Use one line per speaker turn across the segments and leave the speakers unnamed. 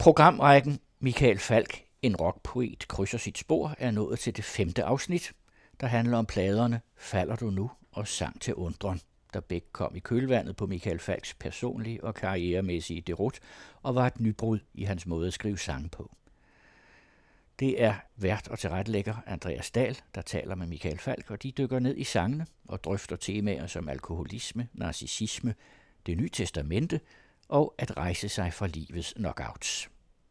Programrækken Michael Falch, en rockpoet, krydser sit spor, er nået til det 5. afsnit, der handler om pladerne Falder du nu og Sang til undren, der begge kom i kølvandet på Michael Falchs personlige og karrieremæssige derut og var et nybrud i hans måde at skrive sange på. Det er vært og tilrettelægger Andreas Dahl, der taler med Michael Falch, og de dykker ned i sangene og drøfter temaer som alkoholisme, narcissisme, Det Nye Testamente og at rejse sig fra livets knockouts.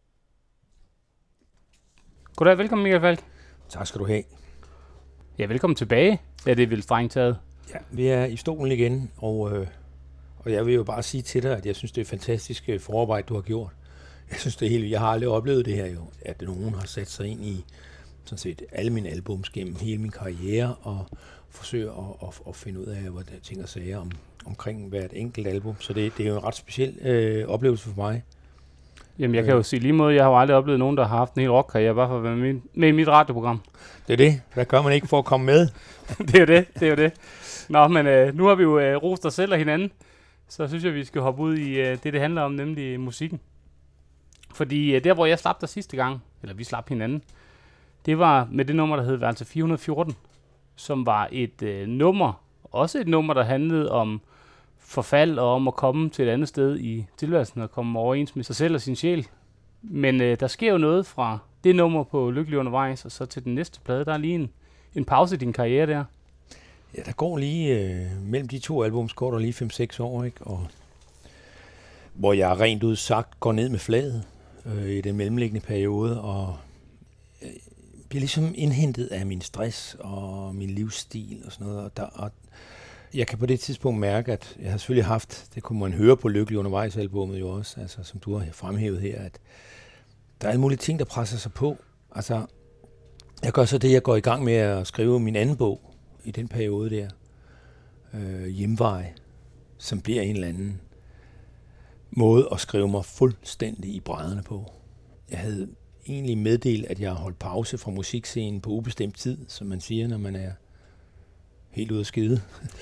Goddag, velkommen Michael Falch.
Tak skal du have.
Ja, velkommen tilbage. Ja, det er vel strengt taget.
Ja, vi er i stolen igen, og jeg vil jo bare sige til dig, at jeg synes, det er fantastisk forarbejde, du har gjort. Jeg synes, det er helt. Jeg har aldrig oplevet det her jo, at nogen har sat sig ind i sådan set alle mine albums gennem hele min karriere og forsøger at finde ud af, hvad der ting og sager omkring hvert enkelt album. Så det er jo en ret speciel oplevelse for mig.
Jamen, jeg kan jo sige lige måde, jeg har jo aldrig oplevet nogen, der har haft en hel rockkarriere, bare for at være med i mit radioprogram.
Det er det. Hvad gør man ikke for at komme med?
Det er jo det. Nå, men nu har vi jo rost os selv og hinanden, så synes jeg, vi skal hoppe ud i det handler om, nemlig musikken. Fordi der, hvor jeg slap dig sidste gang, eller vi slap hinanden, det var med det nummer, der hed Værelse 414, som var et nummer, også et nummer, der handlede om forfald og om at komme til et andet sted i tilværelsen og komme overens med sig selv og sin sjæl. Men der sker jo noget fra det nummer på Lykkelig Undervejs og så til den næste plade. Der er lige en pause i din karriere der.
Ja, der går lige mellem de to albums går der lige 5-6 år, ikke? Og hvor jeg rent ud sagt går ned med flaget i den mellemliggende periode og bliver ligesom indhentet af min stress og min livsstil og sådan noget. Og jeg kan på det tidspunkt mærke, at jeg har selvfølgelig haft, det kunne man høre på Lykkelig Undervejs-albummet jo også, altså som du har fremhævet her, at der er alle mulige ting, der presser sig på. Altså, jeg gør så det, jeg går i gang med at skrive min anden bog i den periode der, Hjemvej, som bliver en eller anden måde at skrive mig fuldstændig i brædderne på. Jeg havde egentlig meddelt, at jeg har holdt pause fra musikscenen på ubestemt tid, som man siger, når man er helt ude af skide.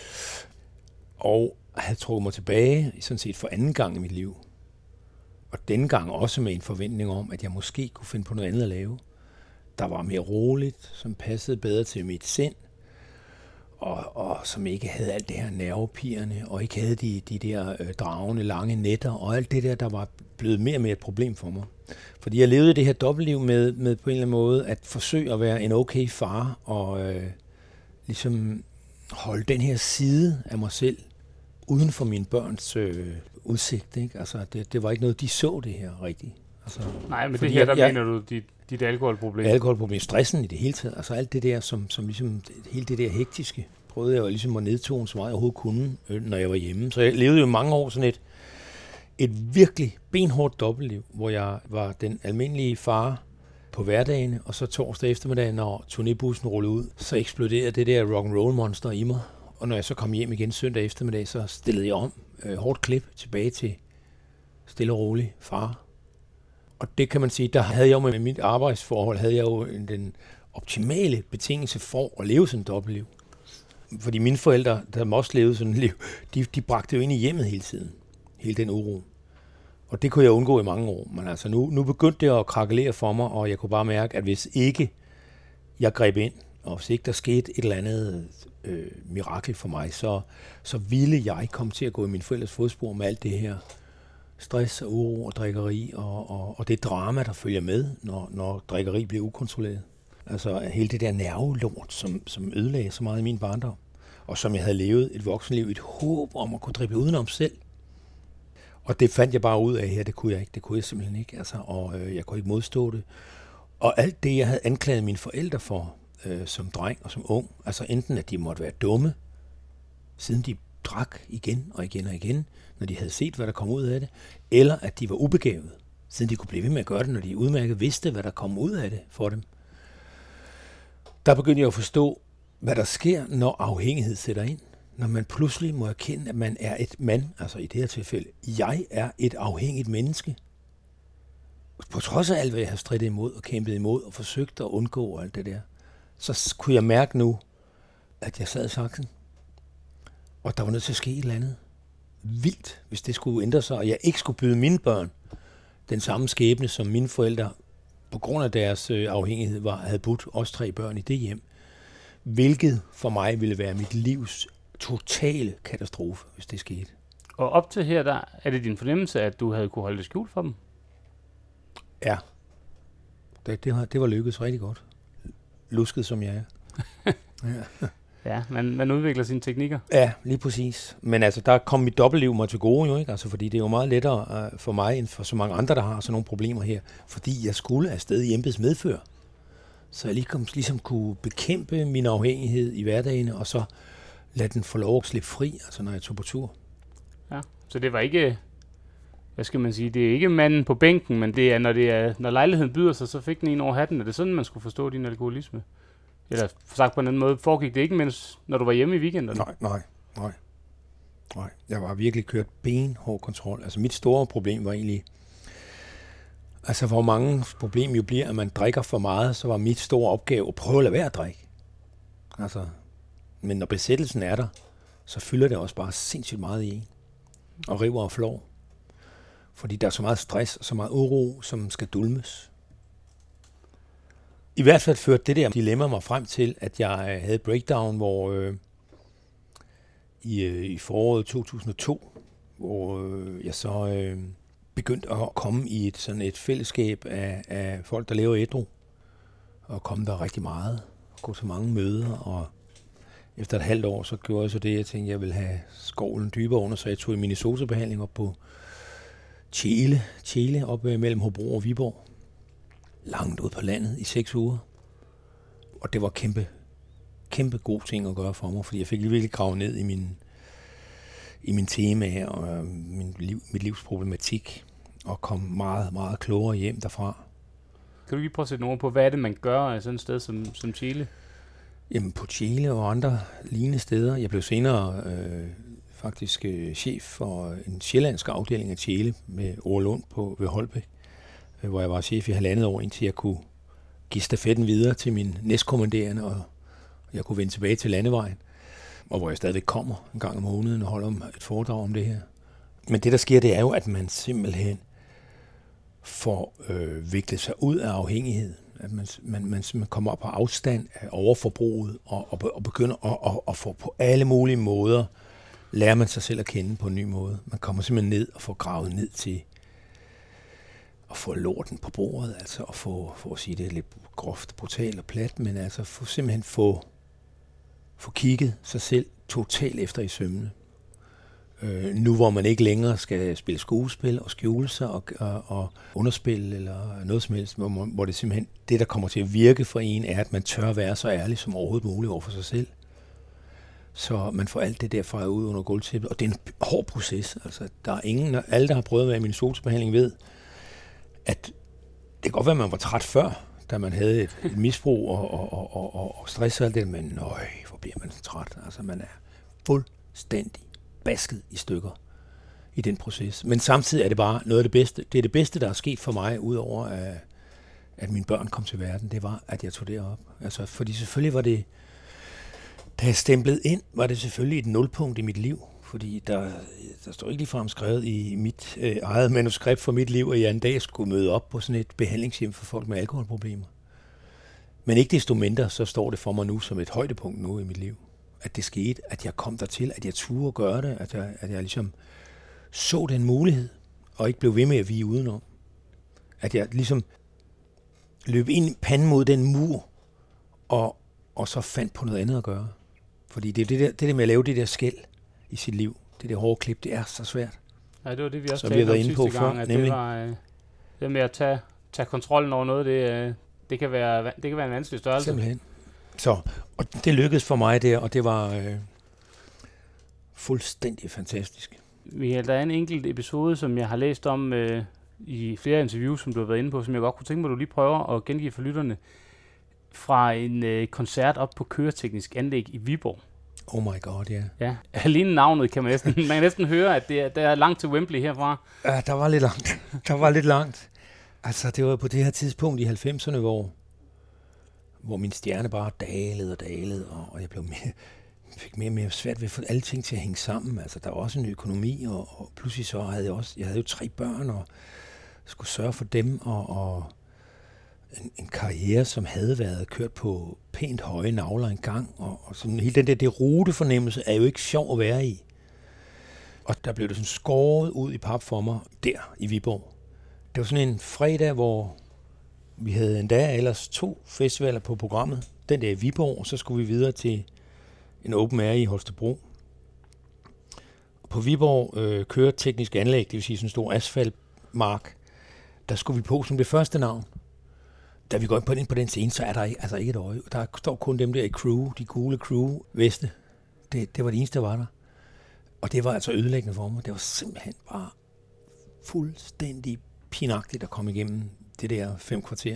Og havde trukket mig tilbage sådan set for anden gang i mit liv. Og denne gang også med en forventning om, at jeg måske kunne finde på noget andet at lave. Der var mere roligt, som passede bedre til mit sind, og som ikke havde alt det her nervepirrende, og ikke havde de der dragende lange nætter, og alt det der var blevet mere og mere et problem for mig. Fordi jeg levede det her dobbeltliv med på en eller anden måde at forsøge at være en okay far, og ligesom holde den her side af mig selv uden for mine børns udsigt, ikke? Altså, det var ikke noget, de så det her rigtigt. Altså,
nej, men det her, der mener du dit alkoholproblem?
Alkoholproblem, stressen i det hele taget, altså alt det der, som ligesom, hele det der hektiske, prøvede jeg jo ligesom at nedtone så meget jeg overhovedet kunne, når jeg var hjemme. Så jeg levede jo mange år sådan et virkelig benhårdt dobbeltliv, hvor jeg var den almindelige far på hverdagene, og så torsdag eftermiddag, når turnébussen rullede ud, så eksploderede det der rock'n'roll monster i mig. Og når jeg så kom hjem igen søndag eftermiddag, så stillede jeg om. Hårdt klip tilbage til stille og rolig far. Og det kan man sige, der havde jeg jo med mit arbejdsforhold, havde jeg jo den optimale betingelse for at leve sådan et dobbeltliv. Fordi mine forældre, der også levede sådan et liv, de bragte jo ind i hjemmet hele tiden. Hele den uro. Og det kunne jeg undgå i mange år. Men altså nu begyndte det at krakelere for mig, og jeg kunne bare mærke, at hvis ikke jeg greb ind, og hvis ikke der skete et eller andet mirakel for mig, så ville jeg komme til at gå i min forældres fodspor med alt det her stress og uro og drikkeri, og det drama, der følger med, når drikkeri bliver ukontrolleret. Altså hele det der nervelort, som ødelagde så meget i min barndom, og som jeg havde levet et voksenliv, et håb om at kunne drible udenom selv. Og det fandt jeg bare ud af her, det kunne jeg simpelthen ikke, altså, og jeg kunne ikke modstå det. Og alt det, jeg havde anklaget mine forældre for, som dreng og som ung, altså enten at de måtte være dumme, siden de drak igen og igen og igen, når de havde set, hvad der kom ud af det, eller at de var ubegavet, siden de kunne blive ved med at gøre det, når de udmærket vidste, hvad der kom ud af det for dem. Der begyndte jeg at forstå, hvad der sker, når afhængighed sætter ind. Når man pludselig må erkende, at man er altså i det her tilfælde, jeg er et afhængigt menneske. På trods af alt, hvad jeg har strittet imod og kæmpet imod og forsøgt at undgå alt det der, så kunne jeg mærke nu, at jeg sad i saksen. Og der var nødt til at ske et eller andet vildt, hvis det skulle ændre sig, og jeg ikke skulle byde mine børn den samme skæbne, som mine forældre, på grund af deres afhængighed, havde budt os 3 børn i det hjem. Hvilket for mig ville være mit livs totale katastrofe, hvis det skete.
Og op til her, der er det din fornemmelse, at du havde kunne holde det skjult for dem?
Ja. Det var lykkedes rigtig godt. Lusket som jeg er. Ja.
Ja, man udvikler sine teknikker.
Ja, lige præcis. Men altså, der kom mit dobbeltliv mig til gode jo, ikke? Altså, fordi det er jo meget lettere for mig, end for så mange andre, der har sådan nogle problemer her. Fordi jeg skulle afsted i embeds medfør. Så jeg ligesom kunne bekæmpe min afhængighed i hverdagen, og så lade den få lov at slippe fri, altså når jeg tog på tur.
Ja, så det var ikke, hvad skal man sige, det er ikke manden på bænken, men det er, når lejligheden byder sig, så fik den en over hatten. Er det sådan, man skulle forstå din alkoholisme? Eller sagt på en anden måde, foregik det ikke, mens når du var hjemme i weekenderne?
Nej. Jeg var virkelig kørt benhård kontrol. Altså mit store problem var egentlig, altså hvor mange problem jo bliver, at man drikker for meget, så var mit store opgave at prøve at lade være at drikke. Altså, men når besættelsen er der, så fylder det også bare sindssygt meget i en. Og river og flår. Fordi der er så meget stress og så meget uro, som skal dulmes. I hvert fald førte det der dilemma mig frem til, at jeg havde et breakdown, hvor i foråret 2002, hvor jeg så begyndte at komme i sådan et fællesskab af folk, der lever ædru. Og komme der rigtig meget. Gå til mange møder. Og efter et halvt år, så gjorde jeg så det, jeg tænkte, jeg ville have skovlen dybere under, så jeg tog en Minnesota-behandling op på Tjele, op mellem Hobro og Viborg. Langt ud på landet i 6 uger. Og det var kæmpe god ting at gøre for mig, fordi jeg fik virkelig gravet ned i min temaer og mit livs problematik, og kom meget, meget klogere hjem derfra.
Kan du lige prøve at sætte nogle ord på, hvad er det, man gør sådan et sted som Tjele? Jamen på
Tjele og andre lignende steder. Jeg blev senere faktisk chef for en sjællandsk afdeling af Tjele med Orlund ved Holbæk, hvor jeg var chef i 1,5 år, indtil jeg kunne give stafetten videre til min næstkommanderende, og jeg kunne vende tilbage til landevejen, og hvor jeg stadigvæk kommer en gang om måneden og holder et foredrag om det her. Men det, der sker, det er jo, at man simpelthen får viklet sig ud af afhængighed. At man kommer op på afstand af overforbruget og begynder at få på alle mulige måder, lærer man sig selv at kende på en ny måde. Man kommer simpelthen ned og får gravet ned til at få lorten på bordet, altså at få, for at sige det lidt groft, brutalt og plat, men altså simpelthen få kigget sig selv totalt efter i sømmene. Nu hvor man ikke længere skal spille skuespil og skjule sig og underspille eller noget som helst, hvor det simpelthen, det der kommer til at virke for en, er, at man tør være så ærlig som overhovedet muligt over for sig selv. Så man får alt det derfra ud under gulvtæppet, og det er en hård proces. Altså, der er ingen, alle der har prøvet at være i min solbehandling ved, at det kan godt være, at man var træt før, da man havde et misbrug og stress og alt det, men hvor bliver man så træt. Altså, man er fuldstændig basket i stykker i den proces. Men samtidig er det bare noget af det bedste. Det er det bedste, der er sket for mig, udover at mine børn kom til verden. Det var, at jeg tog det op. Altså, fordi selvfølgelig var det, da jeg stemplede ind, var det selvfølgelig et nulpunkt i mit liv. Fordi der står ikke ligefrem skrevet i mit eget manuskript for mit liv, at jeg en dag skulle møde op på sådan et behandlingshjem for folk med alkoholproblemer. Men ikke desto mindre, så står det for mig nu som et højdepunkt nu i mit liv. At det skete, at jeg kom dertil, at jeg turde at gøre det, at jeg ligesom så den mulighed, og ikke blev ved med at vige udenom. At jeg ligesom løb ind panden mod den mur, og så fandt på noget andet at gøre. Fordi det der med at lave det der skel i sit liv, det der hårde klip, det er så svært.
Ja, det var det, vi også talte om sidste gang, at nemlig. Det var det med at tage kontrollen over noget, det kan være en vanskelig størrelse.
Simpelthen. Så, og det lykkedes for mig der, og det var fuldstændig fantastisk.
Der er en enkelt episode, som jeg har læst om i flere interviews, som du har været inde på, som jeg godt kunne tænke mig, at du lige prøver at gengive for lytterne, fra en koncert op på Køreteknisk Anlæg i Viborg.
Oh my god, ja.
Ja, alene navnet kan man næsten høre, at der er langt til Wembley herfra.
Ja, der var lidt langt. Altså, det var på det her tidspunkt i 90'erne, hvor min stjerne bare dalede, og jeg fik mere og mere svært ved at få alle ting til at hænge sammen. Altså, der var også en økonomi, og pludselig så havde jeg havde jo 3 børn, og skulle sørge for dem, og en karriere, som havde været kørt på pænt høje navler engang, og sådan hele den der rutefornemmelse er jo ikke sjov at være i. Og der blev det sådan skåret ud i pap for mig, der i Viborg. Det var sådan en fredag, hvor vi havde endda ellers 2 festivaler på programmet. Den der i Viborg, og så skulle vi videre til en open air i Holstebro. På Viborg kører teknisk anlæg, det vil sige sådan en stor asfaltmark. Der skulle vi på som det første navn. Da vi går ind på den scene, så er der ikke et øje. Der står kun dem der i crew, de gule crew-veste. Det var det eneste, der var der. Og det var altså ødelæggende for mig. Det var simpelthen bare fuldstændig pinagtigt at komme igennem det der 5 kvarter.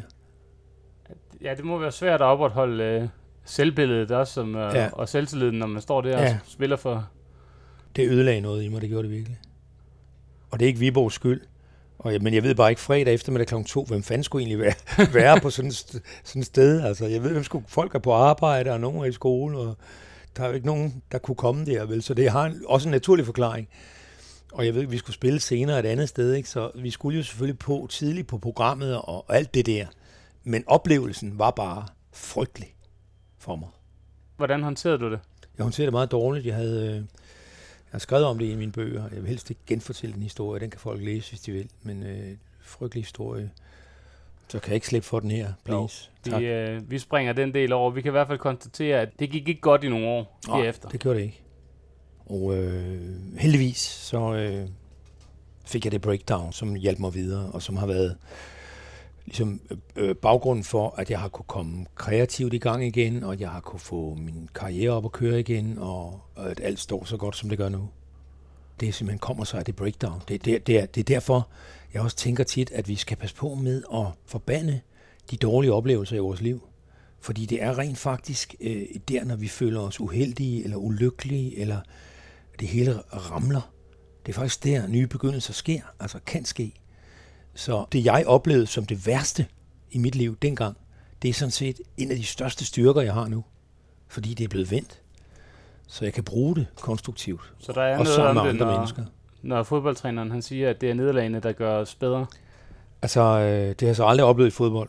Ja, det må være svært at opretholde selvbilledet også, og selvtilliden, når man står der og spiller for...
Det ødelagde noget i mig, det gjorde det virkelig. Og det er ikke Viborgs skyld. Men jeg ved bare ikke fredag eftermiddag kl. 2, hvem fanden skulle egentlig være på sådan et sted. Altså, jeg ved, hvem folk er på arbejde, og nogen er i skole, og der er jo ikke nogen, der kunne komme der, vel? Så det har også en naturlig forklaring. Og jeg ved, vi skulle spille senere et andet sted, ikke? Så vi skulle jo selvfølgelig på tidligt på programmet og alt det der. Men oplevelsen var bare frygtelig for mig.
Hvordan håndterede du det?
Jeg håndterede det meget dårligt. Jeg har skrevet om det i mine bøger. Jeg vil helst ikke genfortælle den historie. Den kan folk læse, hvis de vil. Men frygtelig historie. Så kan jeg ikke slippe for den her, please.
Vi springer den del over. Vi kan i hvert fald konstatere, at det gik ikke godt i nogle år herefter.
Det gjorde det ikke. Og heldigvis så fik jeg det breakdown, som hjalp mig videre, og som har været ligesom baggrunden for, at jeg har kunne komme kreativt i gang igen, og jeg har kunne få min karriere op at køre igen, og at alt står så godt, som det gør nu. Det er simpelthen kommer sig af det breakdown. Det er derfor, jeg også tænker tit, at vi skal passe på med at forbande de dårlige oplevelser i vores liv. Fordi det er rent faktisk der, når vi føler os uheldige eller ulykkelige, eller det hele ramler. Det er faktisk der, nye begyndelser sker, altså kan ske. Så det, jeg oplevede som det værste i mit liv dengang, det er sådan set en af de største styrker, jeg har nu. Fordi det er blevet vendt. Så jeg kan bruge det konstruktivt.
Så der er noget om det, når fodboldtræneren han siger, at det er nederlagene, der gør os bedre?
Altså, det har jeg så aldrig oplevet i fodbold.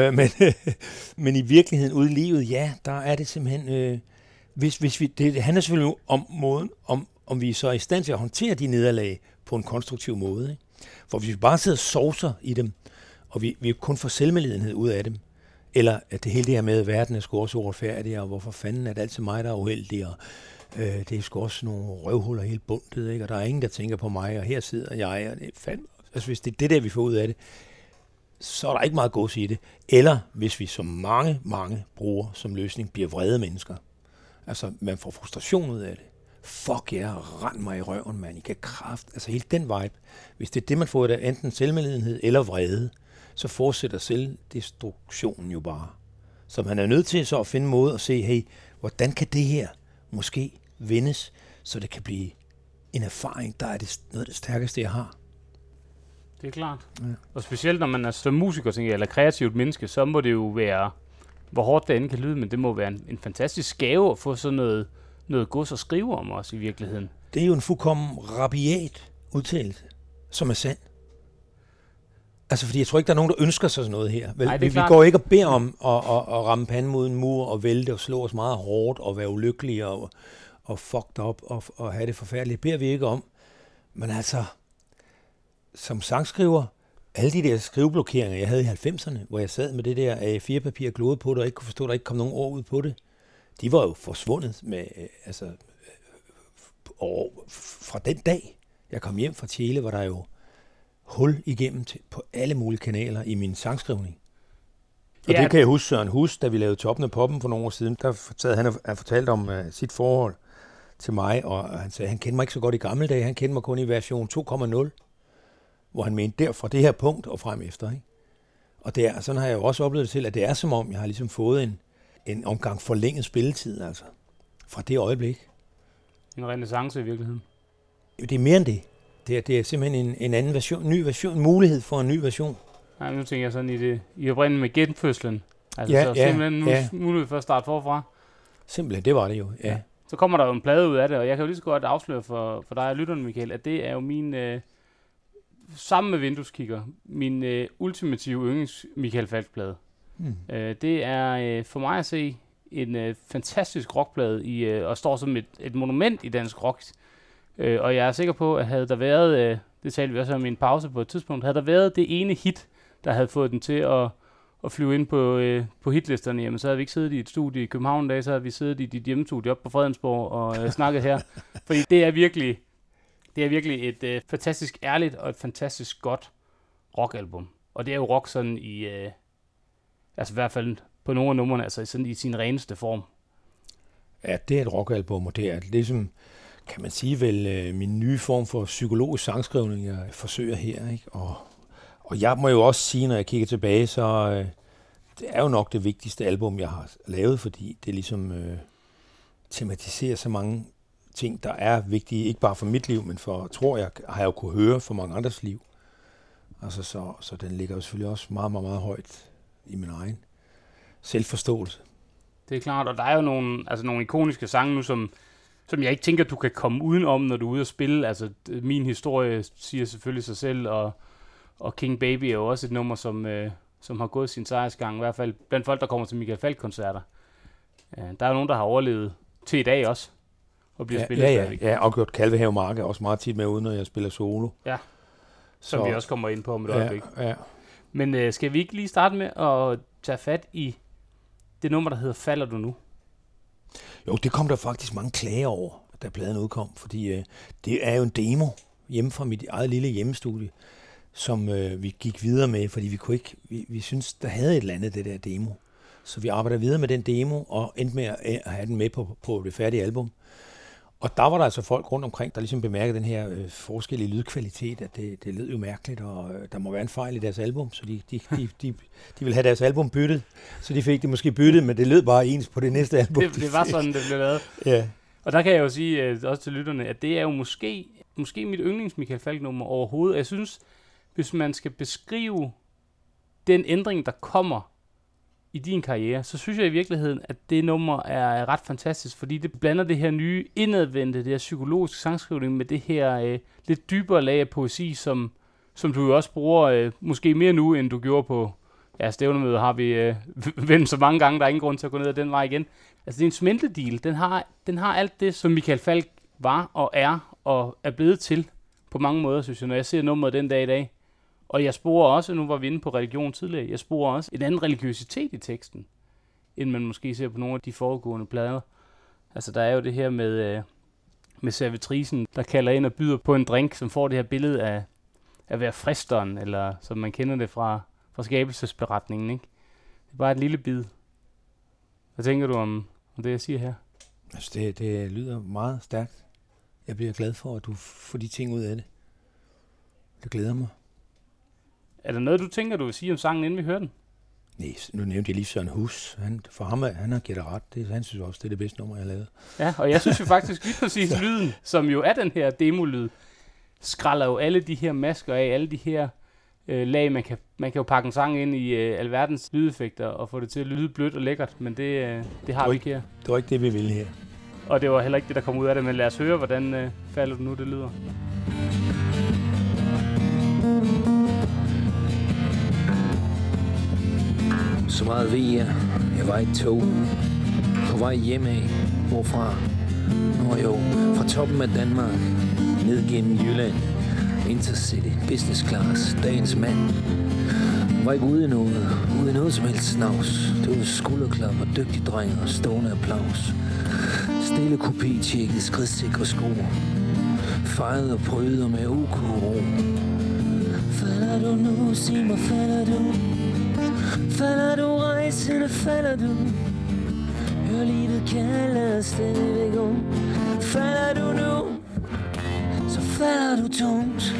Men i virkeligheden ude i livet, ja, der er det simpelthen... Hvis vi, det handler selvfølgelig om måden, om vi så er i stand til at håndtere de nederlag på en konstruktiv måde. Ikke? For hvis vi bare sidder og sovser i dem, og vi kun får selvmedlidenhed ud af dem, eller at det hele det her med, at verden er sgu også uretfærdig, og hvorfor fanden er det altid mig, der er uheldig, og det er sgu også nogle røvhuller helt bundet, ikke? Og der er ingen, der tænker på mig, og her sidder jeg, og det er fandme... Altså hvis det er det der, vi får ud af det, så er der ikke meget gods i det. Eller hvis vi så mange bruger som løsning, bliver vrede mennesker. Altså, man får frustration ud af det. Fuck jer, rend mig i røven, man. I kan kraft. Altså, hele den vibe. Hvis det er det, man får af enten selvmedlidenhed eller vrede, så fortsætter selvdestruktionen jo bare. Så man er nødt til så at finde en måde at se, hey, hvordan kan det her måske vendes, så det kan blive en erfaring, der er det noget af det stærkeste, jeg har.
Det er klart. Ja. Og specielt når man er som musiker, tænker jeg, eller kreativt menneske, så må det jo være, hvor hårdt det end kan lyde, men det må være en fantastisk gave at få sådan noget gods at skrive om os i virkeligheden.
Det er jo en fuldkommen rabiat udtalelse, som er sand. Altså, fordi jeg tror ikke, der er nogen, der ønsker sig sådan noget her. Vel,
nej,
vi går ikke og beder om at ramme panden mod en mur og vælte og slå os meget hårdt og være ulykkelige og fucked up og have det forfærdeligt. Det beder vi ikke om. Men altså, som sangskriver, alle de der skriveblokeringer, jeg havde i 90'erne, hvor jeg sad med det der A4-papir og glodede på det og ikke kunne forstå, at der ikke kom nogen ord ud på det, de var jo forsvundet med, fra den dag, jeg kom hjem fra Tjele, var der jo hul igennem på alle mulige kanaler i min sangskrivning. Og det kan jeg huske Søren Hus, da vi lavede Toppen af Poppen for nogle år siden, der fortalte om sit forhold til mig, og han sagde, han kendte mig ikke så godt i gamle dage, han kendte mig kun i version 2.0, hvor han mente der fra det her punkt og frem efter. Ikke? Og sådan har jeg jo også oplevet det til, at det er som om, jeg har ligesom fået en omgang forlænget spilletid, altså, fra det øjeblik.
En renæssance i virkeligheden.
Det er mere end det. Det er simpelthen en anden version, ny version, mulighed for en ny version.
Nej, nu tænker jeg sådan i oprindeligt med genfødslen. Altså så simpelthen mulighed for at starte forfra.
Simpelthen, det var det jo, ja.
Så kommer der jo en plade ud af det, og jeg kan jo lige så godt afsløre for dig og lytterne, Michael, at det er jo min sammen med Vindueskikker, min ultimative yndlings Michael Falch-plade. Det er for mig at se en fantastisk rockplade og står som et monument i dansk rock. Og jeg er sikker på, at havde der været, det talte vi også om i en pause på et tidspunkt, havde der været det ene hit, der havde fået den til at flyve ind på hitlisterne, jamen så havde vi ikke siddet i et studie i København en dag, så havde vi siddet i dit hjemmestudie oppe på Fredensborg og snakket her. Fordi det er virkelig et fantastisk ærligt og et fantastisk godt rockalbum. Og det er jo rock sådan i, altså i hvert fald på nogle af numrene, altså sådan i sin reneste form.
Ja, det er et rockalbum, og det er ligesom, kan man sige vel, min nye form for psykologisk sangskrivning, jeg forsøger her, ikke? Og jeg må jo også sige, når jeg kigger tilbage, så det er jo nok det vigtigste album, jeg har lavet, fordi det ligesom tematiserer så mange ting, der er vigtige, ikke bare for mit liv, men for, tror jeg, har jeg jo kunne høre for mange andres liv. Altså så den ligger jo selvfølgelig også meget, meget, meget højt i min egen selvforståelse.
Det er klart, og der er jo nogle ikoniske sange nu, som jeg ikke tænker, du kan komme udenom, når du er ude at spille. Altså, min historie siger selvfølgelig sig selv, og King Baby er jo også et nummer, som har gået sin sejrsgang, i hvert fald blandt folk, der kommer til Michael Falch-koncerter. Der er jo nogen, der har overlevet til i dag også, og bliver spillet stadigvæk.
Ja, afgjort Kalvehave Mark er også meget tit med ude, når jeg spiller solo.
Ja, som vi også kommer ind på om et øjeblik.
Ja.
Men skal vi ikke lige starte med at tage fat i det nummer, der hedder Falder du nu?
Jo, det kom der faktisk mange klager over, da pladen udkom, fordi det er jo en demo hjemme fra mit eget lille hjemmestudie, som vi gik videre med, fordi vi kunne ikke, vi synes, der havde et eller andet det der demo. Så vi arbejder videre med den demo, og endte med at have den med på det færdige album. Og der var der altså folk rundt omkring, der ligesom bemærkede den her forskellige lydkvalitet, at det lød jo mærkeligt, og der må være en fejl i deres album, så de ville have deres album byttet, så de fik det måske byttet, men det lød bare ens på det næste album.
Det var sådan, det blev lavet.
Ja.
Og der kan jeg jo sige også til lytterne, at det er jo måske mit yndlings Michael Falch-nummer overhovedet. Jeg synes, hvis man skal beskrive den ændring, der kommer i din karriere, så synes jeg i virkeligheden, at det nummer er ret fantastisk, fordi det blander det her nye indadvendte, det her psykologiske sangskrivning med det her lidt dybere lag af poesi, som du jo også bruger måske mere nu, end du gjorde på stævnemødet, har vi vendt så mange gange, der er ingen grund til at gå ned ad den vej igen. Altså det er en smeltedeal, den har alt det, som Michael Falch var og er blevet til på mange måder, synes jeg, når jeg ser nummeret den dag i dag. Og jeg sporer også, nu var vi inde på religion tidligere, jeg sporer også en anden religiøsitet i teksten, end man måske ser på nogle af de foregående plader. Altså der er jo det her med servitrisen, der kalder ind og byder på en drink, som får det her billede af at være fristeren, eller som man kender det fra skabelsesberetningen, ikke? Det er bare et lille bid. Hvad tænker du om det, jeg siger her?
Altså det lyder meget stærkt. Jeg bliver glad for, at du får de ting ud af det. Det glæder mig.
Er der noget, du tænker, du vil sige om sangen, inden vi hører den?
Nej, nu nævnte jeg lige Søren Hus. For ham, han har givet ret. Han synes også, det er det bedste nummer, jeg har lavet.
Ja, og jeg synes jo faktisk lige præcis lyden, som jo er den her demolyd, skralder jo alle de her masker af, alle de her lag. Man kan jo pakke en sang ind i alverdens lydeffekter og få det til at lyde blødt og lækkert, men det har vi ikke her.
Det var ikke det, vi ville her.
Og det var heller ikke det, der kom ud af det, men lad os høre, hvordan falder du nu, det lyder.
Så meget ved jeg var i et tog, på vej hjemad, hvorfra? Fra toppen af Danmark, ned gennem Jylland, Intercity, business class, dagens mand. Var ikke ude i noget som helst snavs. Det var skulderklap og dygtig dreng og stående applaus. Stille kupé, tjekket, skridsikre sko. Fejrede og prøvede med OK-ro. Falder du nu, sig mig, falder du? Falder du rejsende, falder du? Hør livet kalder stadigvæk om. Falder du nu, så falder du tungt.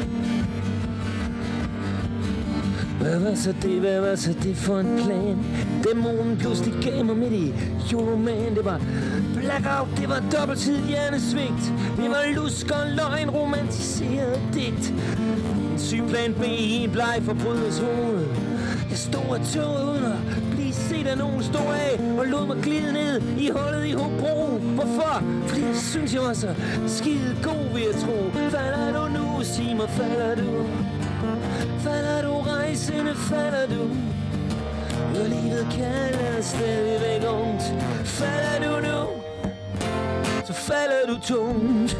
Hvad var så det for en plan? Dæmonen pludselig gav mig midt i Euroman. Det var blackout, det var dobbelttid hjernesvigt. Det var lusk og løgn, romantiseret digt. Symplan B i en bleg forbryders hoved. Jeg stod af toget uden at blive set af nogen, stod af og lod mig glide ned i hullet i Hobro. Hvorfor? Fordi jeg synes, jeg var så skide god, vil jeg tro. Falder du nu, sig mig, falder du? Falder du rejsende, falder du. Og livet kalder stadigvæk ondt. Falder du nu, så falder du tungt.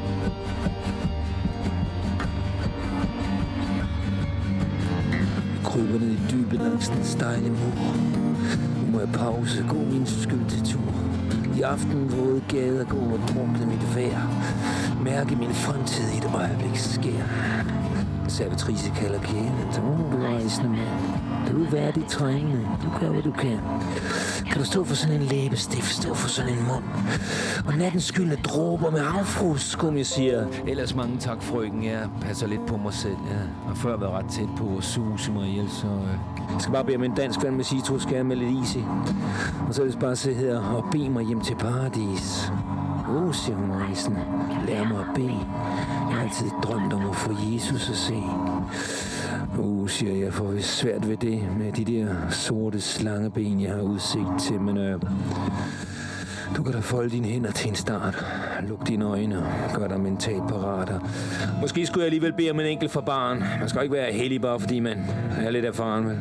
Jeg kryber ned i dybet langs den stejle mur. Nu må jeg pause, gå min skyldte tur. I aften våde gader gå og drukne mit vejr. Mærke min fremtid i et øjeblik sker. Servitrice kalder kælen, så du rejsende mand. Du er værdig trængende, du gør hvad du kan. Kan du stå for sådan en læbestift, stå for sådan en mund. Og nattens skyldne dråber med affrust, skum jeg siger. Ellers mange tak, frøken, jeg passer lidt på mig selv. Jeg har før været ret tæt på at suse mig ihjel, så jeg skal bare bede om en dansk vand med citrusskær med lidt is i. Og så vil jeg bare sidde her og bede mig hjem til paradis. Siger hun rejsende, lær mig at bede. Jeg har altid drømt om at få Jesus at se. Siger jeg, for det svært ved det med de der sorte slangeben, jeg har udsigt til. Men du kan da folde dine hænder til en start. Luk dine øjne og gør dig mentalt parat. Måske skulle jeg alligevel bede om en enkelt for barn. Man skal ikke være heldig bare fordi man er lidt erfaren, vel?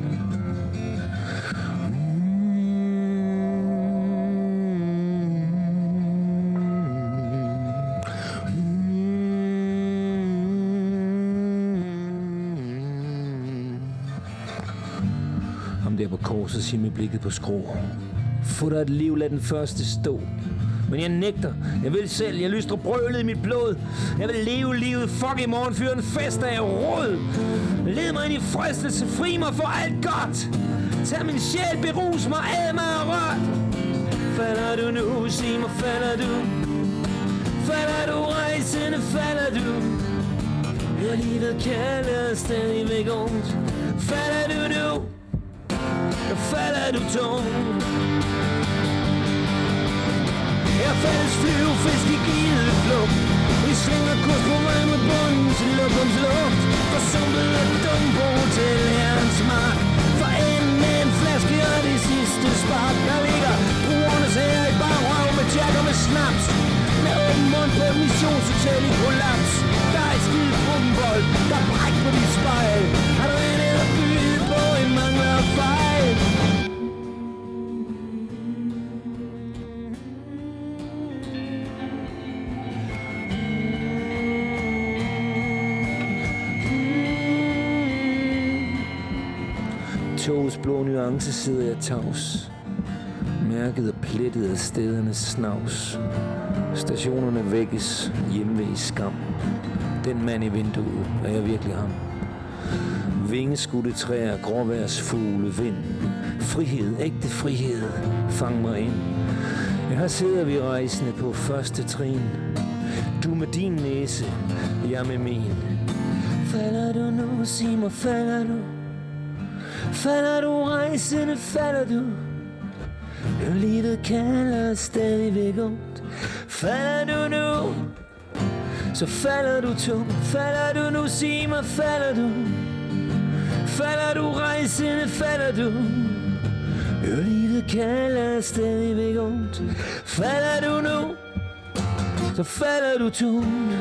Der på korset siger med blikket på skrå. Få dig et liv, lad den første stå. Men jeg nægter. Jeg vil selv. Jeg lystrer brølet i mit blod. Jeg vil leve livet. Fuck i morgen. Fyre en fest af råd. Led mig ind i fristelse. Fri mig for alt godt. Tag min sjæl. Berus mig. Ad mig og rørt. Falder du nu? Sig mig, falder du? Falder du rejsende? Falder du? Og livet kalder stadigvæk ondt. Falder du nu? Der falder du tungt. Jeg faldes flyve, fisk i givet flugt. Vi svinger kurs på vej med bunden til lukkens luft. Forsumpet og dum på til herrens mark. For enden med en flaske og det sidste spark. Der ligger brugernes her i bagrøv med jack og med snaps. Med åben mund på et missionshotel i kollaps. Der er et skide brumbold, der bræk på dit spejl. Har du en eller byde på en mangler fejl? Togets blå nuance sidder jeg tavs. Mærket og plettet af stedernes snavs. Stationerne vækkes hjemme i skam. Den mand i vinduet, er jeg virkelig ham? Vingeskudte træer, gråværsfugle, vind. Frihed, ægte frihed, fang mig ind. Her sidder vi rejsende på første trin. Du med din næse, jeg med min. Falder du nu, sig mig, falder du? Falder du rejsende, falder du? Og livet kalder stadigvæk ondt. Falder du nu, så falder du tungt. Falder du nu, sig mig, falder du? Falder du rejsende, falder du? Og livet kalder stadigvæk ondt. Falder du nu, så falder du tungt.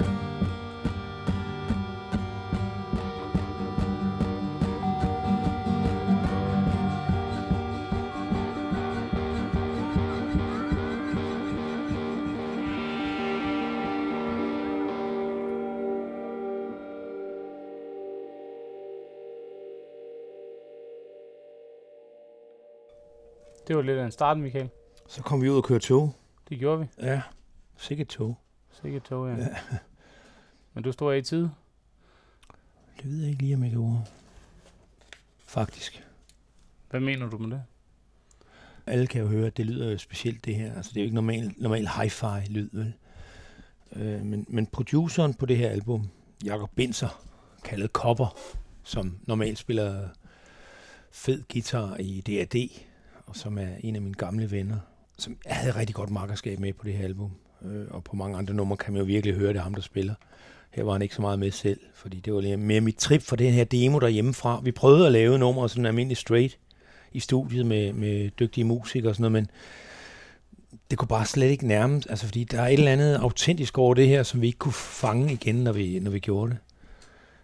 Det var lidt af en start, Michael.
Så kom vi ud og kørte tog.
Det gjorde vi.
Ja, sikkert tog.
Sikkert tog, ja. Men du står i tid?
Det ved jeg ikke lige, om jeg gjorde. Faktisk.
Hvad mener du med det?
Alle kan jo høre, at det lyder jo specielt det her. Altså, det er jo ikke normal hi-fi lyd, vel? Men produceren på det her album, Jakob Binzer, kaldet Kopper, som normalt spiller fed guitar i D.A.D., og som er en af mine gamle venner, som jeg havde rigtig godt makkerskab med på det her album. Og på mange andre numre kan man jo virkelig høre, det er ham, der spiller. Her var han ikke så meget med selv, fordi det var mere mit trip for den her demo derhjemmefra. Vi prøvede at lave numre sådan almindelig straight i studiet med dygtige musikere og sådan noget, men det kunne bare slet ikke nærmes, altså fordi der er et eller andet autentisk over det her, som vi ikke kunne fange igen, når vi gjorde det.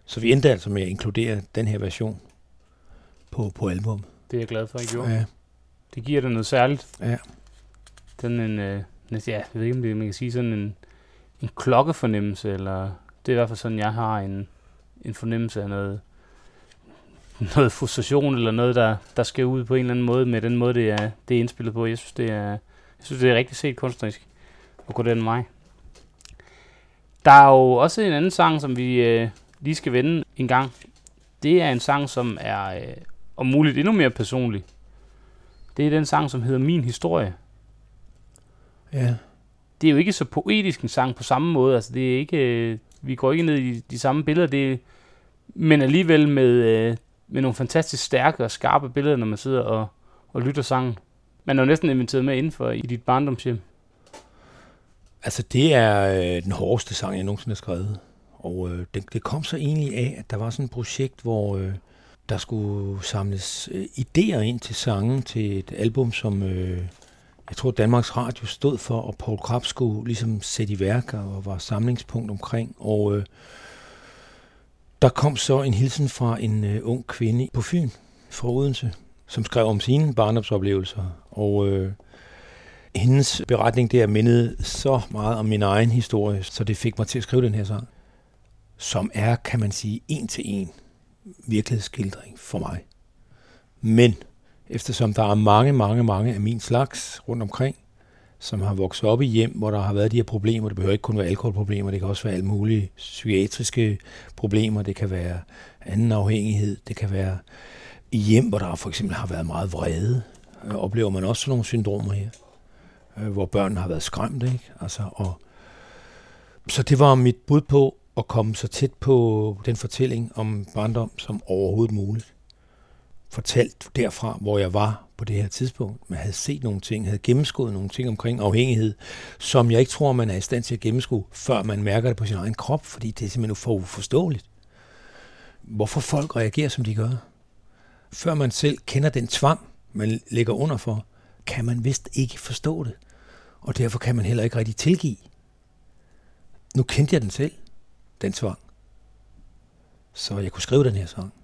Så vi endte altså med at inkludere den her version på album.
Det er jeg glad for, I gjorde.
Ja.
Det giver det noget særligt.
Ja.
Den jeg ved ikke, om det man kan sige sådan en klokkefornemmelse, eller det er i hvert fald sådan, jeg har en fornemmelse af noget frustration, eller noget, der skal ud på en eller anden måde, med den måde, det er indspillet på. Jeg synes, det er rigtig set kunstnerisk at gå den vej. Der er jo også en anden sang, som vi lige skal vende en gang. Det er en sang, som er om muligt endnu mere personlig. Det er den sang, som hedder Min Historie.
Ja.
Det er jo ikke så poetisk en sang på samme måde. Altså, det er ikke, vi går ikke ned i de samme billeder, men alligevel med nogle fantastisk stærke og skarpe billeder, når man sidder og lytter sangen. Man er jo næsten inviteret med indenfor i dit barndomshjem.
Altså, det er den hårdeste sang, jeg nogensinde har skrevet. Og det kom så egentlig af, at der var sådan et projekt, hvor der skulle samles idéer ind til sangen til et album, som jeg tror Danmarks Radio stod for, og Poul Krebs skulle ligesom sætte i værk og var samlingspunkt omkring. Og der kom så en hilsen fra en ung kvinde på Fyn, fra Odense, som skrev om sine barndomsoplevelser. Og hendes beretning der mindede så meget om min egen historie, så det fik mig til at skrive den her sang, som er, kan man sige, en til en virkelighedsskildring for mig. Men eftersom der er mange af min slags rundt omkring, som har vokset op i hjem, hvor der har været de her problemer, det behøver ikke kun være alkoholproblemer, det kan også være alle mulige psykiatriske problemer, det kan være anden afhængighed, det kan være i hjem, hvor der for eksempel har været meget vrede, oplever man også sådan nogle syndromer her, hvor børnene har været skræmt, ikke? Så det var mit bud på at komme så tæt på den fortælling om barndom som overhovedet muligt. Fortalt derfra, hvor jeg var på det her tidspunkt. Man havde set nogle ting, havde gennemskuddet nogle ting omkring afhængighed, som jeg ikke tror, man er i stand til at gennemskue, før man mærker det på sin egen krop, fordi det er simpelthen for uforståeligt. Hvorfor folk reagerer, som de gør. Før man selv kender den tvang, man ligger under for, kan man vist ikke forstå det. Og derfor kan man heller ikke rigtig tilgive. Nu kendte jeg den selv, den tvang. Så jeg kunne skrive den her sang.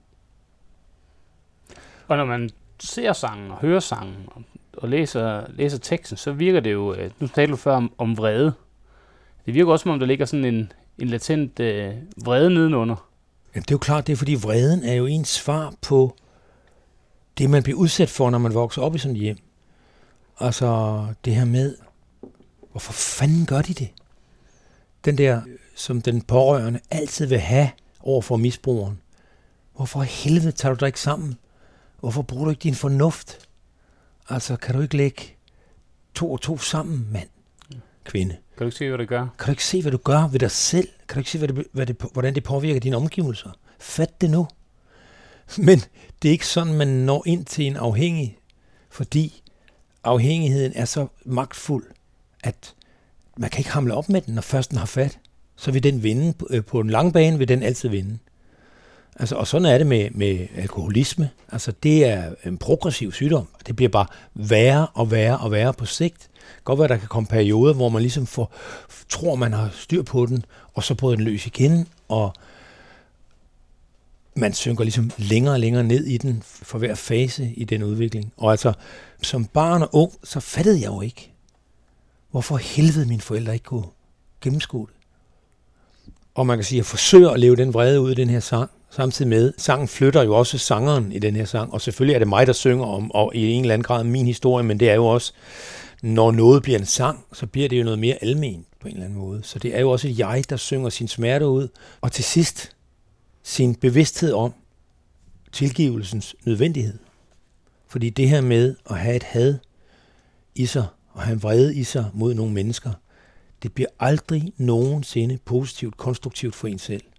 Og når man ser sangen og hører sangen og læser teksten, så virker det jo, nu talte du før om vrede. Det virker også, som om der ligger sådan en latent vrede nedenunder.
Jamen det er jo klart, det er fordi vreden er jo ens svar på det, man bliver udsat for, når man vokser op i sådan et hjem. Altså det her med, hvorfor fanden gør de det? Den der, som den pårørende altid vil have over for misbrugeren. Hvorfor helvede tager du dig ikke sammen? Hvorfor bruger du ikke din fornuft? Altså, kan du ikke lægge 2 og 2 sammen, mand, kvinde?
Kan du ikke se, hvad det gør?
Kan du ikke se, hvad du gør ved dig selv? Kan du ikke se, hvordan det påvirker dine omgivelser? Fat det nu. Men det er ikke sådan, man når ind til en afhængig, fordi afhængigheden er så magtfuld, at man kan ikke hamle op med den, når først den har fat. Så vil den vinde. På en lang bane vil den altid vinde. Altså, og sådan er det med alkoholisme. Altså, det er en progressiv sygdom. Det bliver bare værre og værre på sigt. Godt være, der kan komme perioder, hvor man ligesom tror, man har styr på den, og så bryder den løs igen, og man synker ligesom længere og længere ned i den for hver fase i den udvikling. Og altså, som barn og ung, så fattede jeg jo ikke, hvorfor helvede mine forældre ikke kunne gennemskue det. Og man kan sige, at jeg forsøger at leve den vrede ud i den her sang, samtidig med, sangen flytter jo også sangeren i den her sang, og selvfølgelig er det mig, der synger om, og i en eller anden grad min historie, men det er jo også, når noget bliver en sang, så bliver det jo noget mere alment på en eller anden måde. Så det er jo også jeg, der synger sin smerte ud, og til sidst sin bevidsthed om tilgivelsens nødvendighed. Fordi det her med at have et had i sig, og have en vrede i sig mod nogle mennesker, det bliver aldrig nogensinde positivt, konstruktivt for en selv.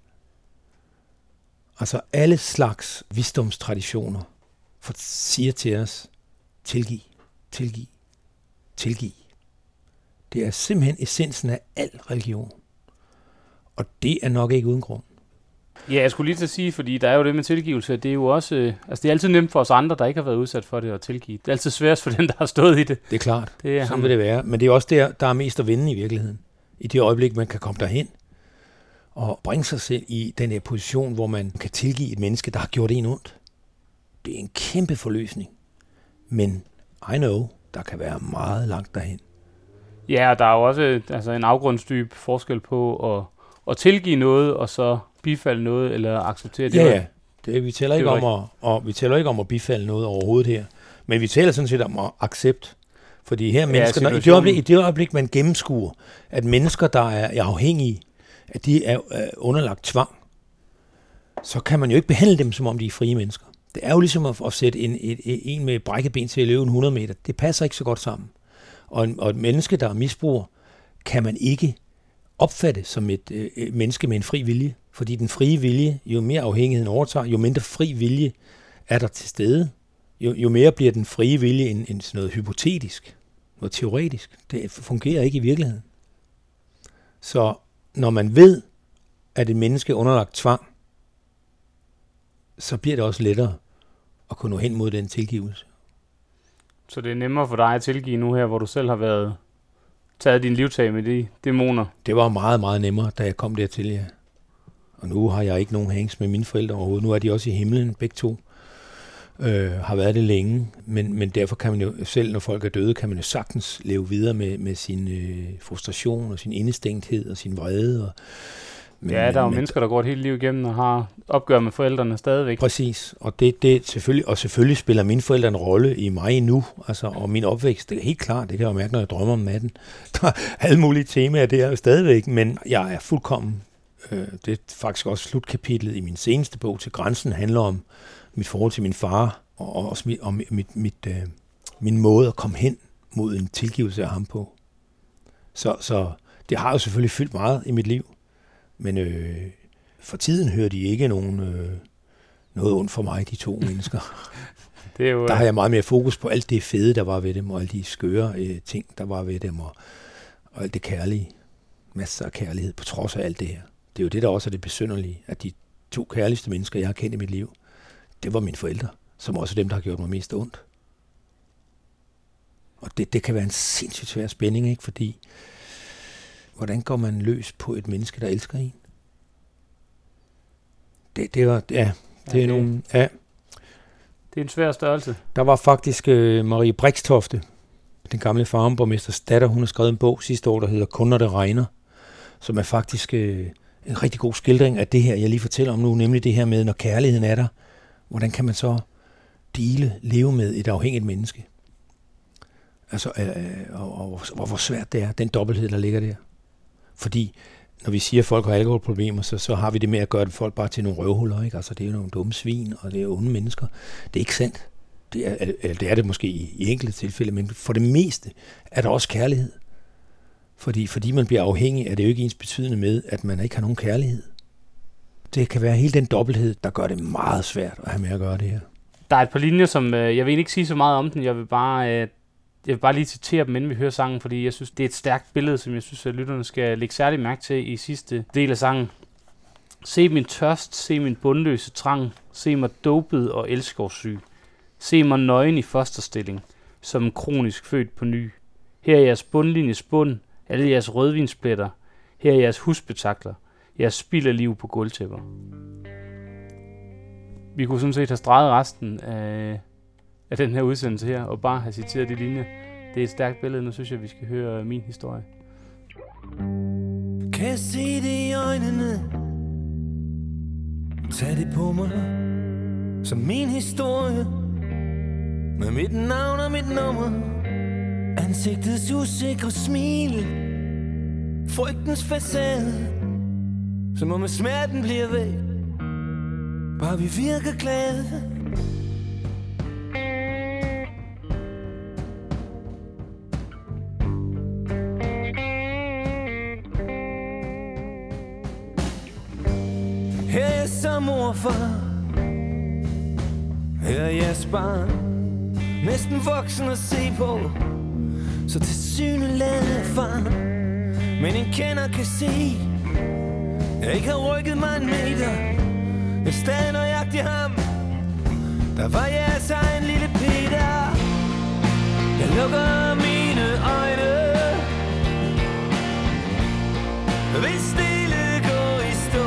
Altså alle slags visdomstraditioner siger til os, tilgiv, tilgiv, tilgiv. Det er simpelthen essensen af al religion. Og det er nok ikke uden grund.
Ja, jeg skulle lige til at sige, fordi der er jo det med tilgivelse, det er jo også, det er altid nemt for os andre, der ikke har været udsat for det at tilgive. Det er altid sværest for den, der har stået i det.
Det er klart, sådan vil det være. Men det er også der er mest at vinde i virkeligheden. I det øjeblik, man kan komme derhen. at bringe sig selv i den her position, hvor man kan tilgive et menneske, der har gjort en ondt. Det er en kæmpe forløsning. Men I know, der kan være meget langt derhen.
Ja, og der er jo også en afgrundsdyb forskel på at tilgive noget, og så bifalde noget, eller acceptere det.
Ja. Vi taler ikke om at bifalde noget overhovedet her. Men vi taler sådan set om at accepte. Fordi her mennesker, i det øjeblik, man gennemskuer, at mennesker, der er afhængige, at de er underlagt tvang, så kan man jo ikke behandle dem, som om de er frie mennesker. Det er jo ligesom at sætte en med brækkeben til at løbe 100 meter. Det passer ikke så godt sammen. Og et menneske, der er misbruger, kan man ikke opfatte som et menneske med en fri vilje. Fordi den frie vilje, jo mere afhængigheden overtager, jo mindre fri vilje er der til stede. Jo mere bliver den frie vilje end sådan noget hypotetisk, noget teoretisk. Det fungerer ikke i virkeligheden. Så når man ved, at et menneske er underlagt tvang, så bliver det også lettere at kunne nå hen mod den tilgivelse. Så
det er nemmere for dig at tilgive nu her, hvor du selv har taget din livtag med de dæmoner?
Det var meget, meget nemmere, da jeg kom dertil, ja. Og nu har jeg ikke nogen hængs med mine forældre overhovedet. Nu er de også i himlen, begge to. Har været det længe, men derfor kan man jo, selv når folk er døde, kan man jo sagtens leve videre med sin frustration og sin indestængthed og sin vrede.
Der er jo mennesker, der går et helt liv igennem og har opgør med forældrene stadigvæk.
Præcis, og det selvfølgelig spiller mine forældre en rolle i mig nu, altså, og min opvækst, det er helt klart, det kan jeg jo mærke, når jeg drømmer om natten. Der er alle mulige temaer, det er jo stadigvæk, men jeg er fuldkommen, det er faktisk også slutkapitlet i min seneste bog, Til grænsen, handler om mit forhold til min far, og også om min måde at komme hen mod en tilgivelse af ham på. Så det har jo selvfølgelig fyldt meget i mit liv, men for tiden hører de ikke noget ondt for mig, de to mennesker.
Det er jo,
der har jeg meget mere fokus på alt det fede, der var ved dem, og alle de skøre ting, der var ved dem, og alt det kærlige. Masser af kærlighed på trods af alt det her. Det er jo det, der også er det besynderlige, at de to kærligste mennesker, jeg har kendt i mit liv, det var mine forældre, som også dem, der har gjort mig mest ondt. Og det kan være en sindssygt svær spænding, ikke? Fordi hvordan går man løs på et menneske, der elsker en? Det er
en svær størrelse.
Der var faktisk Marie Brixtofte, den gamle farmborgmesters datter, hun har skrevet en bog sidste år, der hedder Kun når det regner, som er faktisk en rigtig god skildring af det her, jeg lige fortæller om nu, nemlig det her med, når kærligheden er der, hvordan kan man så leve med et afhængigt menneske? Altså, og hvor svært det er, den dobbelthed, der ligger der. Fordi når vi siger, at folk har alkoholproblemer, så har vi det med at gøre folk bare til nogle røvhuller, ikke? Altså, det er jo nogle dumme svin, og det er onde mennesker. Det er ikke sandt. Det er det måske i enkelte tilfælde, men for det meste er der også kærlighed. Fordi man bliver afhængig, er det jo ikke ens betydende med, at man ikke har nogen kærlighed. Det kan være hele den dobbelthed, der gør det meget svært at have med at gøre det her.
Der er et par linjer, som jeg vil ikke sige så meget om den. Jeg vil bare lige citere dem, inden vi hører sangen, fordi jeg synes, det er et stærkt billede, som jeg synes, at lytterne skal lægge særlig mærke til i sidste del af sangen. Se min tørst, se min bundløse trang, se mig dopet og elskovssyg. Se mig nøgen i fosterstilling, som en kronisk født på ny. Her er jeres bundlinjes bund, alle jeres rødvinspletter. Her er jeres husbetakler, jeres spild af liv på gulvtæpper. Vi kunne sådan set have streget resten af den her udsendelse her, og bare have citeret de linjer. Det er et stærkt billede, nu synes jeg, vi skal høre min historie.
Kan jeg se det i øjnene? Tag det på mig som min historie, med mit navn og mit nummer, ansigtets usikre smil, frygtens facade, som om smerten bliver væk, bare vi virker glade. Her er jeg som morfar, her er jeres barn, næsten voksen at se på, så tilsyneladende erfaren, men en kender kan se, jeg ikke har rykket mig en meter, jeg stadig nøjagtig ham, der var jeres egen lille Peter. Jeg lukker mine øjne, vil stille gå i stå.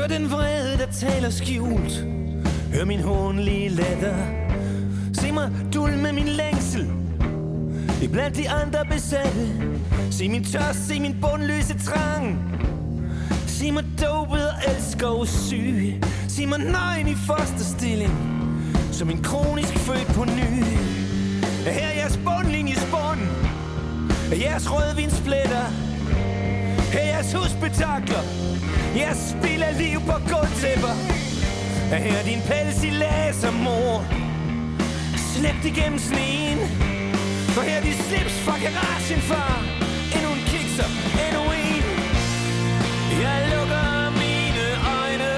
Hør den vrede, der taler skjult. Hør min hånlige latter. Se mig dul med min længsel iblandt de andre besatte. Se min tørst, se min bundløse trang. Se mig dopet og elsker og syg. Se mig nøgen i fosterstilling, som en kronisk født på ny. Her er jeres bundlinjespånd, jeres rødvinspletter. Her er jeres husbetakler, jeres spild af liv på gulvtæpper. Her er din pels i lasermor, slæbt igennem sneen. Og her er de slips fra garagen, far. Endnu en kikser, endnu en. Jeg lukker mine øjne,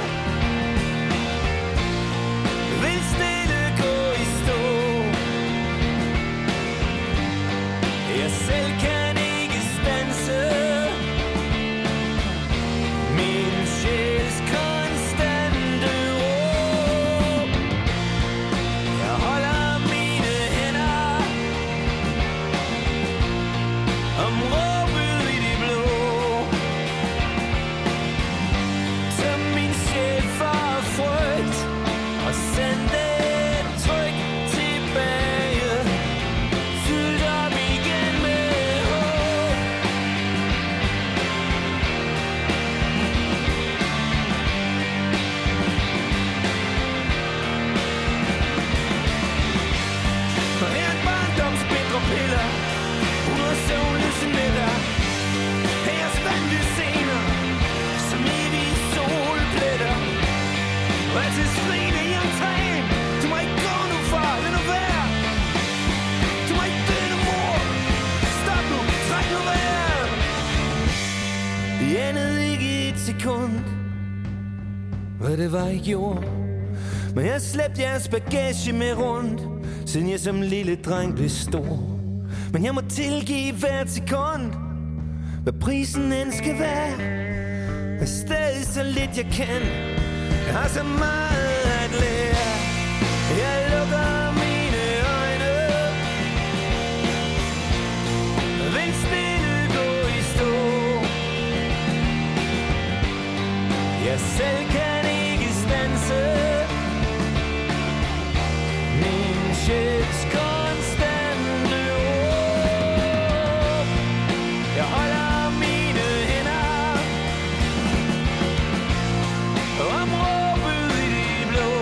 vil stille gå i stå. Jeg selv kan ikke standse min sjæls konstante råb. Jeg holder mine hænder om råbet i det blå. Tøm min sjæl for frygt og send den tryg tilbage. Fyldt op igen med håb. Og her er et barndoms bitre piller, 100 søvnløse nætter. Her er standlige scener, som evige solpletter. Og altid skrigende i entréen. Du må ikke gå nu, far, lad nu være. Du må ikke dø nu, mor. Stop nu, træk nu vejret. Vi anede ikke et sekund, hvad det var, jeg gjorde. Men jeg slæbte jeres bagage med rundt, siden jeg som lille dreng blev stor. Men jeg må tilgive hvert sekund, hvad prisen end skal være. Men stadig så lidt jeg kan, jeg har så meget at lære. Jeg lukker mine øjne, vil stille gå i stå. Jeg selv kan ikke standse min sjæls konstante råb. Jeg holder mine hænder om råbet i det blå.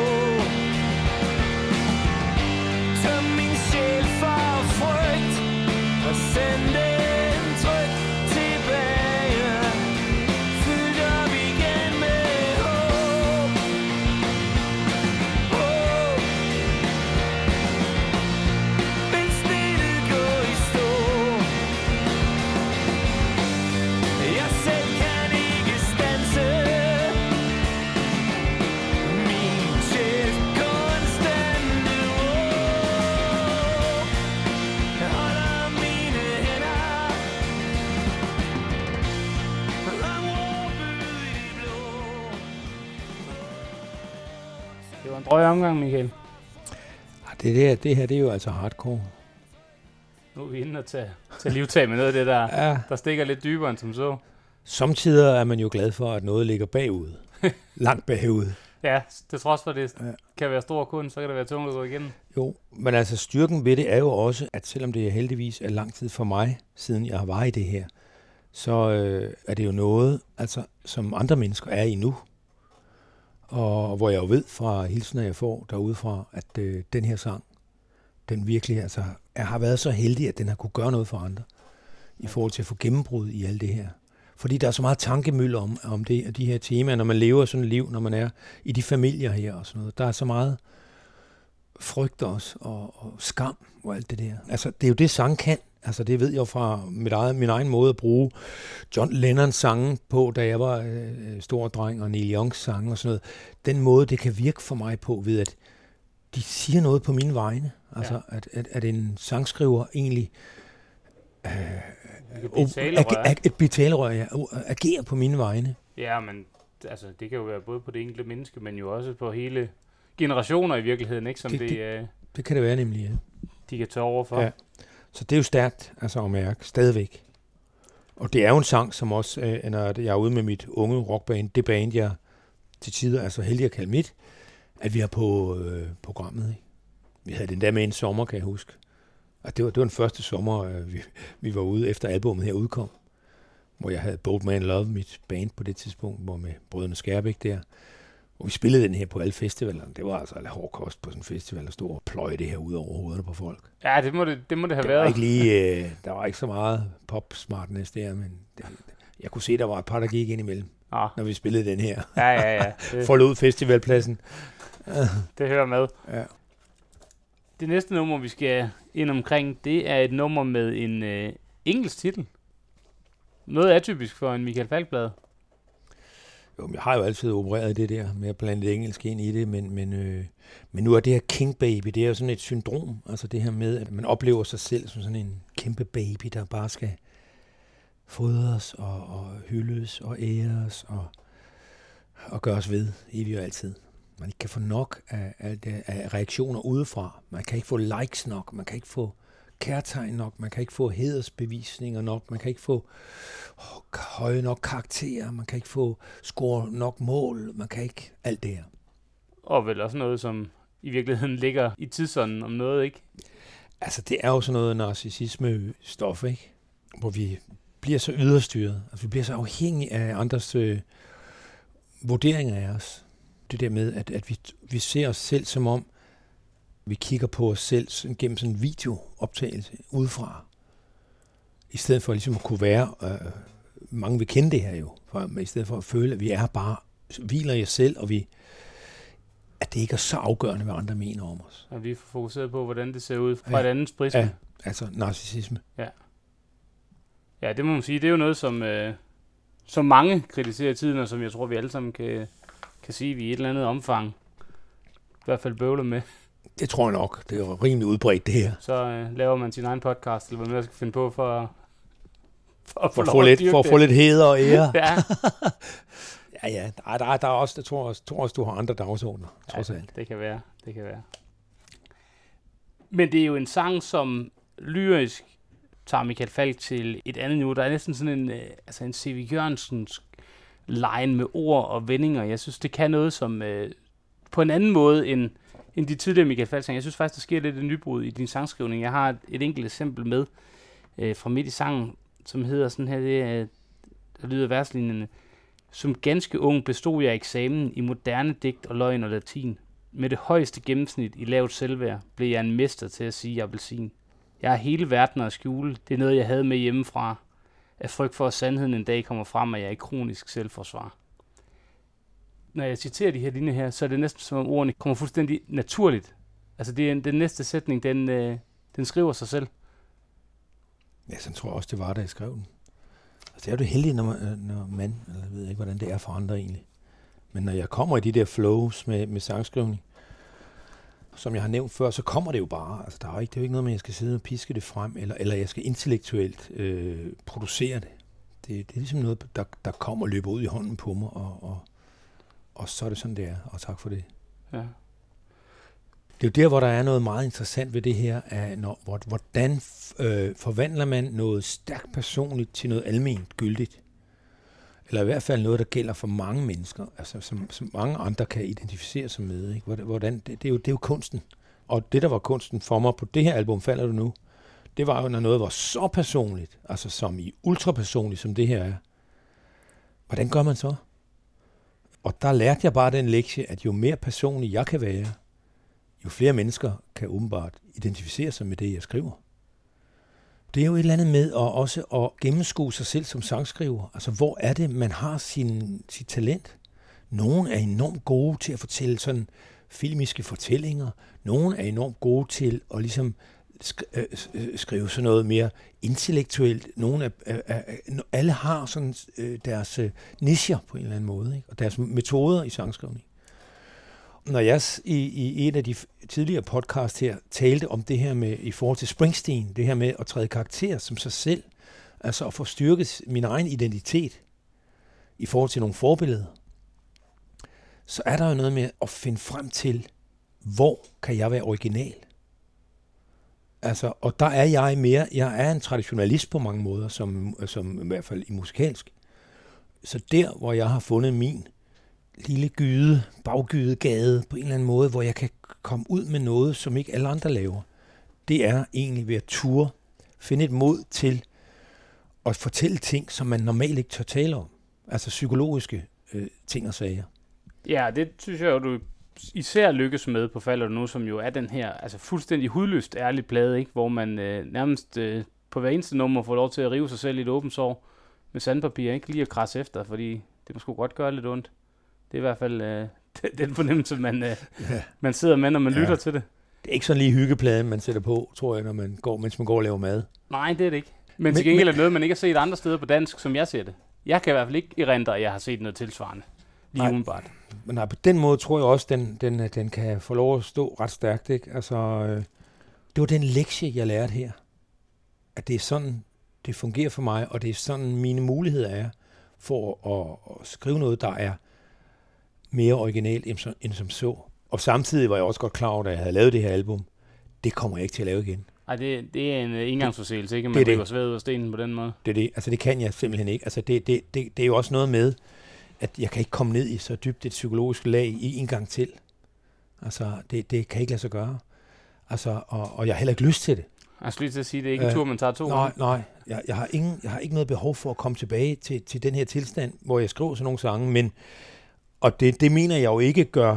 Tøm min sjæl for frygt og send den tryg tilbage. Fyldt op igen med håb. Håb. Vil stille gå i stå. Jeg selv kan ikke standse min sjæls konstante råb. Jeg holder mine hænder om råbet i det blå.
Det var en drøg omgang, Michael.
Det her, det er jo altså hardcore.
Nu er vi inde og tage livtag med noget af det, der stikker lidt dybere end som så.
Samtidig er man jo glad for, at noget ligger bagud. Langt bagud.
Ja, til trods for det kan være stor kunst, så kan det være tungt at gå igennem.
Jo, men altså styrken ved det er jo også, at selvom det heldigvis er lang tid for mig, siden jeg var i det her, så er det jo noget, altså, som andre mennesker er i nu. Og hvor jeg jo ved fra hilsener, jeg får derudefra, at den her sang, den virkelig altså, har været så heldig, at den har kunne gøre noget for andre, i forhold til at få gennembrud i alt det her. Fordi der er så meget tankemølle om det, de her temaer, når man lever sådan et liv, når man er i de familier her og sådan noget. Der er så meget frygt også, og skam og alt det der. Altså, det er jo det, sang kan. Altså, det ved jeg jo fra min egen måde at bruge John Lennons sange på, da jeg var stor dreng, og Neil Youngs sange og sådan noget. Den måde, det kan virke for mig på, ved at de siger noget på mine vegne. Altså, at en sangskriver egentlig et betalerør, agerer på mine vegne.
Ja, men altså, det kan jo være både på det enkelte menneske, men jo også på hele generationer i virkeligheden, ikke? Som
det kan det være nemlig, ja.
De kan tage over for.
Ja. Så det er jo stærkt altså at mærke, stadigvæk. Og det er jo en sang, som også, når jeg er ude med mit unge rockband, det band, jeg til tider er så heldig at kalde mit, at vi er på programmet. Ikke? Vi havde den der med en sommer, kan jeg huske. Og det var den første sommer, vi var ude efter albumet her udkom, hvor jeg havde Boatman Love, mit band på det tidspunkt, hvor med Brødrene Skærbæk der. Og vi spillede den her på alle festivalerne. Det var altså hård kost på sådan en festival at stå og pløje det her ud over hovederne på folk.
Ja, det må det have været.
Ikke lige, der var ikke så meget pop-smartness der, men jeg kunne se, der var et par, der gik ind imellem, når vi spillede den her.
Ja.
Forlod festivalpladsen.
Det hører med.
Ja.
Det næste nummer, vi skal ind omkring, det er et nummer med en engelsk titel. Noget atypisk for en Michael Falch-plade.
Jo, jeg har jo altid opereret det der med at blande det engelsk ind i det, men nu er det her King Baby, det er jo sådan et syndrom, altså det her med, at man oplever sig selv som sådan en kæmpe baby, der bare skal fodres og hyldes og æres og gøres ved evigt og altid. Man ikke kan få nok af reaktioner udefra. Man kan ikke få likes nok, man kan ikke få kærtegn nok, man kan ikke få hædersbevisninger nok, man kan ikke få høje nok karakterer, man kan ikke få score nok mål, man kan ikke alt det her.
Og vel også noget, som i virkeligheden ligger i tidsånden om noget, ikke?
Altså, det er jo sådan noget narcissisme-stof, ikke? Hvor vi bliver så yderstyret, altså vi bliver så afhængige af andres vurderinger af os. Det der med, at vi ser os selv som om, vi kigger på os selv gennem sådan en videooptagelse udefra. I stedet for ligesom at kunne være, mange vil kende det her jo, i stedet for at føle, at vi er bare, hviler i os selv, og at det ikke er så afgørende, hvad andre mener om os.
Og vi er fokuseret på, hvordan det ser ud fra et andet prisme.
Ja, altså narcissisme.
Ja, det må man sige. Det er jo noget, som mange kritiserer i tiden, og som jeg tror, vi alle sammen kan sige, vi i et eller andet omfang i hvert fald bøvler med.
Det tror jeg nok. Det er jo rimelig udbredt, det her.
Så laver man sin egen podcast, eller hvad man skal finde på for at
få lidt hæder og ære.
Ja.
Der er også, jeg tror også, du har andre dagsordner, trods alt.
Det kan være. Men det er jo en sang, som lyrisk tager Michael Falch til et andet niveau. Der er næsten sådan en C.V. Jørgensens line med ord og vendinger. Jeg synes, det kan noget, som på en anden måde end de tidligere Michael Falch-sange. Jeg synes faktisk, der sker lidt et nybrud i din sangskrivning. Jeg har et enkelt eksempel med fra midt i sangen, som hedder sådan her, der lyder verslinjerne. Som ganske ung bestod jeg eksamen i moderne digt og løgn og latin. Med det højeste gennemsnit i lavt selvværd blev jeg en mester til at sige appelsin. Jeg har hele verden at skjule. Det er noget, jeg havde med hjemmefra. Af frygt for, at sandheden en dag kommer frem, og jeg er i kronisk selvforsvar. Når jeg citerer de her linjer her, så er det næsten som om ordene kommer fuldstændig naturligt. Altså den næste sætning, den skriver sig selv.
Ja, så tror jeg også, det var, da jeg skrev den. Altså det er jo det heldige, når man, eller jeg ved ikke, hvordan det er for andre egentlig. Men når jeg kommer i de der flows med sangskrivning, som jeg har nævnt før, så kommer det jo bare. Altså det er jo ikke noget med, at jeg skal sidde og piske det frem, eller jeg skal intellektuelt producere det. Det er ligesom noget, der kommer og løber ud i hånden på mig, og så er det sådan, det er. Og tak for det.
Ja.
Det er jo der, hvor der er noget meget interessant ved det her, hvordan forvandler man noget stærkt personligt til noget alment gyldigt. Eller i hvert fald noget, der gælder for mange mennesker, altså som mange andre kan identificere sig med. Ikke? Hvordan, det er jo kunsten. Og det, der var kunsten for mig på det her album, Falder du nu, det var jo, når noget var så personligt, altså som i ultrapersonligt, som det her er. Hvordan gør man så? Og der lærte jeg bare den lektie, at jo mere personlig jeg kan være, jo flere mennesker kan åbenbart identificere sig med det, jeg skriver. Det er jo et eller andet med også at gennemskue sig selv som sangskriver. Altså, hvor er det, man har sit talent? Nogle er enormt gode til at fortælle sådan filmiske fortællinger. Nogle er enormt gode til at ligesom skrive sådan noget mere intellektuelt. Alle har sådan deres nicher på en eller anden måde, ikke? Og deres metoder i sangskrivning. Når jeg i en af de tidligere podcast her talte om det her med, i forhold til Springsteen, det her med at træde karakter som sig selv, altså at få styrket min egen identitet i forhold til nogle forbilleder, så er der jo noget med at finde frem til, hvor kan jeg være original? Altså, og der er jeg er en traditionalist på mange måder, som i hvert fald i musikalsk. Så der, hvor jeg har fundet min lille baggyde gade på en eller anden måde, hvor jeg kan komme ud med noget, som ikke alle andre laver. Det er egentlig ved at ture, finde et mod til at fortælle ting, som man normalt ikke tør tale om. Altså psykologiske ting og sager.
Ja, det synes jeg jo, du især lykkes med på Falder du nu, som jo er den her altså fuldstændig hudløst ærlig plade, ikke? Hvor man nærmest på hver eneste nummer får lov til at rive sig selv i et åbent sår med sandpapir, ikke? Lige at krasse efter, fordi det må sgu godt gøre lidt ondt. Det er i hvert fald den fornemmelse, man sidder med, når man lytter til det.
Det er ikke sådan lige hyggepladen, man sætter på, tror jeg, mens man går og laver mad.
Nej, det er det ikke. Men til gengæld er det noget, man ikke har set andre steder på dansk, som jeg ser det. Jeg kan i hvert fald ikke erindre, at jeg har set noget tilsvarende. Lige umiddelbart.
Men nej, på den måde tror jeg også, den kan få lov at stå ret stærkt. Ikke? Altså, det var den lektie, jeg lærte her. At det er sådan, det fungerer for mig, og det er sådan, mine muligheder er for at skrive noget, der er mere originalt end som så. Og samtidig var jeg også godt klar over, da jeg havde lavet det her album, det kommer jeg ikke til at lave igen.
Nej, det er en engangsforseelse, ikke? Man river sved ud af stenen på den måde.
Det er det. Altså, det kan jeg simpelthen ikke. Altså, det er jo også noget med, at jeg kan ikke komme ned i så dybt et psykologisk lag i en gang til. Altså, det kan ikke lade sig gøre. Altså, og jeg har heller ikke lyst til det.
Jeg skulle lige til at sige, det er ikke en tur, man tager 2 gange.
Nej. Jeg har ikke noget behov for at komme tilbage til den her tilstand, hvor jeg skriver sådan nogle sange, og det mener jeg jo ikke gør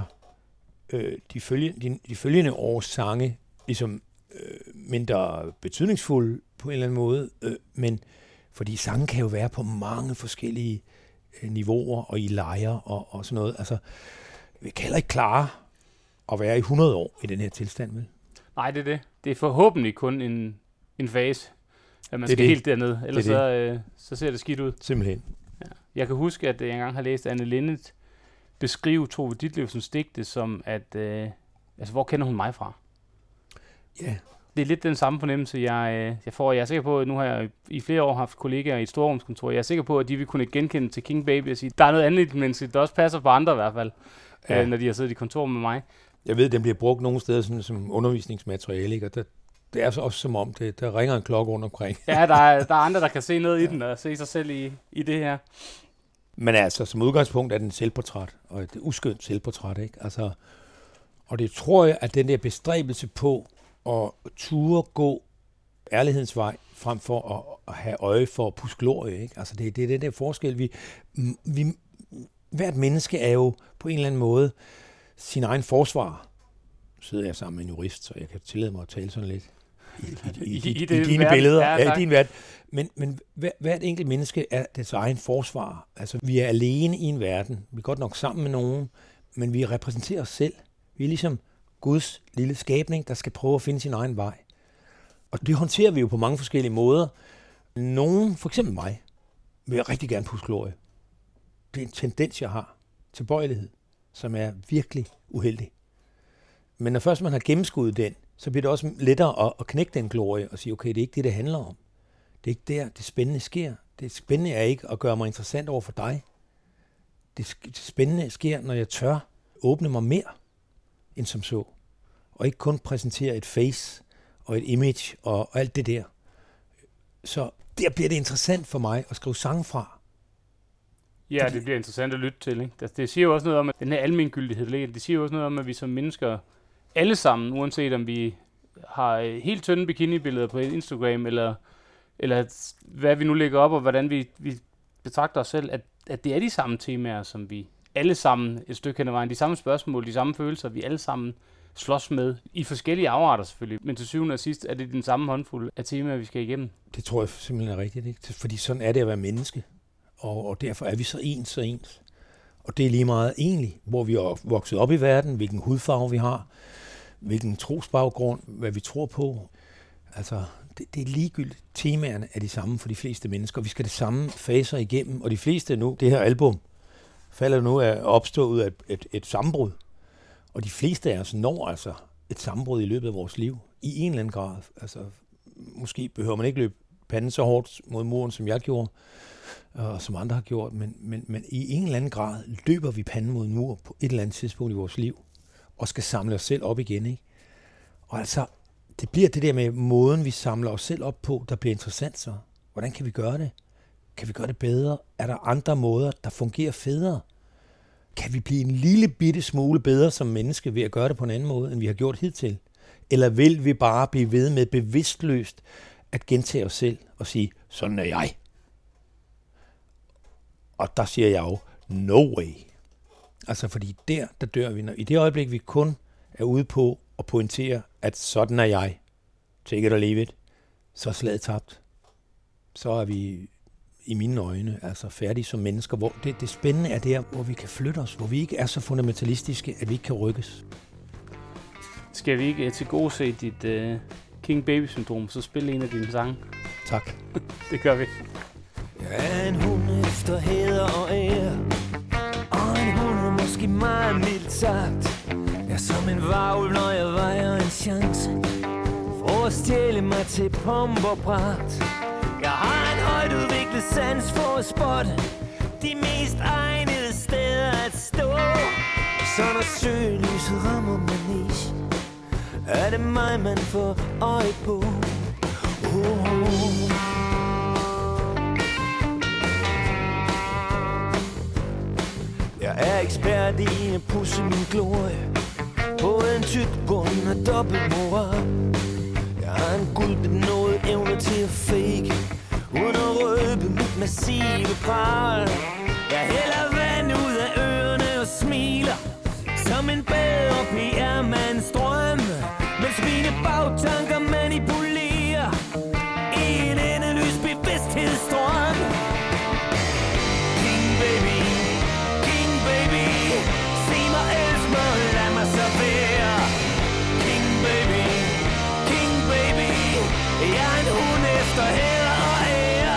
de følgende års sange ligesom mindre betydningsfulde på en eller anden måde, men fordi sange kan jo være på mange forskellige niveauer og i lejre og sådan noget. Altså, vi kan heller ikke klare at være i 100 år i den her tilstand, vel?
Nej, det er det. Det er forhåbentlig kun en fase, at man skal helt derned, ellers så ser det skidt ud.
Simpelthen.
Ja. Jeg kan huske, at jeg engang har læst Anne Linnet beskrive Tove Ditlevsens digte som, at hvor kender hun mig fra?
Ja.
Det er lidt den samme fornemmelse, jeg får. Jeg er sikker på, at nu har jeg i flere år haft kollegaer i et storrumskontor. Jeg er sikker på, at de vil kunne genkende til King Baby og sige, der er noget andet menneskeligt, der også passer på andre i hvert fald, når de har siddet i kontor med mig.
Jeg ved, at den bliver brugt nogle steder sådan, som undervisningsmateriale, ikke? Og det er så også som om, der ringer en klokke rundt omkring.
Ja, der er andre, der kan se noget i den og se sig selv i det her.
Men altså, som udgangspunkt er den selvportræt, og et uskønt selvportræt, ikke? Altså, og det tror jeg, at den der bestræbelse på at ture gå ærlighedens vej, frem for at have øje for at puske glorie, ikke? Altså, det er den der forskel. Hvert menneske er jo på en eller anden måde sin egen forsvar. Så sidder jeg sammen med en jurist, så jeg kan tillade mig at tale sådan lidt i dine billeder. Ja, i din verden. Men hvert enkelt menneske er dets egen forsvar. Altså, vi er alene i en verden. Vi er godt nok sammen med nogen, men vi repræsenterer os selv. Vi er ligesom Guds lille skabning, der skal prøve at finde sin egen vej. Og det håndterer vi jo på mange forskellige måder. Nogen, for eksempel mig, vil jeg rigtig gerne puske glorie. Det er en tendens, jeg har. Tilbøjelighed, som er virkelig uheldig. Men når først man har gennemskuddet den, så bliver det også lettere at knække den glorie og sige, okay, det er ikke det handler om. Det er ikke der, det spændende sker. Det spændende er ikke at gøre mig interessant over for dig. Det spændende sker, når jeg tør åbne mig mere end som så. Og ikke kun præsentere et face og et image og alt det der. Så der bliver det interessant for mig at skrive sange fra.
Ja, det bliver interessant at lytte til, ikke? Det siger jo også noget om, at den her almengyldighed, det siger jo også noget om, at vi som mennesker alle sammen, uanset om vi har helt tynde bikini-billeder på Instagram, eller hvad vi nu lægger op, og hvordan vi betragter os selv, at det er de samme temaer, som vi alle sammen et stykke hen ad vejen, de samme spørgsmål, de samme følelser, vi alle sammen slås med, i forskellige afarter selvfølgelig, men til syvende og sidst er det den samme håndfuld af temaer, vi skal igennem.
Det tror jeg simpelthen er rigtigt, ikke? Fordi sådan er det at være menneske, og derfor er vi så ens. Og det er lige meget egentlig, hvor vi er vokset op i verden, hvilken hudfarve vi har, hvilken trosbaggrund, hvad vi tror på. Altså, det er ligegyldigt. Temaerne er de samme for de fleste mennesker. Vi skal det samme faser igennem, og de fleste nu, det her album, falder nu er opstået ud af et sammenbrud. Og de fleste af os når altså et sammenbrud i løbet af vores liv, i en eller anden grad. Altså, måske behøver man ikke løbe panden så hårdt mod muren, som jeg gjorde, og som andre har gjort, men i en eller anden grad løber vi panden mod en mur på et eller andet tidspunkt i vores liv, og skal samle os selv op igen, ikke? Og altså, det bliver det der med måden, vi samler os selv op på, der bliver interessant så. Hvordan kan vi gøre det? Kan vi gøre det bedre? Er der andre måder, der fungerer federe? kan vi blive en lille bitte smule bedre som menneske ved at gøre det på en anden måde, end vi har gjort hidtil? Eller vil vi bare blive ved med bevidstløst at gentage os selv og sige, sådan er jeg? Og der siger jeg jo, no way. Altså fordi der dør vi. I det øjeblik, vi kun er ude på at pointere, at sådan er jeg, take it or leave it, så er slaget tabt. Så er vi i mine øjne altså færdige som mennesker, hvor det spændende er der, hvor vi kan flytte os, hvor vi ikke er så fundamentalistiske, at vi ikke kan rykkes.
Skal vi ikke til gode se dit King Baby-syndrom, så spille en af dine sange?
Tak.
Det gør vi.
Jeg er en hund efter hæder og ære, og en hund er måske meget mildt sagt. Jeg er som en varulv, når jeg vejer en chance for at stjæle mig til pomp og pragt. Jeg har en højt udviklet sans for at spotte de mest egnede steder at stå. Så når sølyset rammer manege, er det mig, man får øje på. Jeg er ekspert i at pusse min glorie på en tyk bund af dobbeltmoral. Jeg har en gudbenået evne til at fake, uden at røbe mit massive pral. Jeg hælder vand ud af ørerne og smiler som en bedre PR-mands drøm, mens mine bagtanker manipulerer i en endeløs bevidsthedsstrøm. King baby, King baby, sig mig elsk mig og lad mig servere. King baby, King baby, jeg er en hund efter hæder og ære.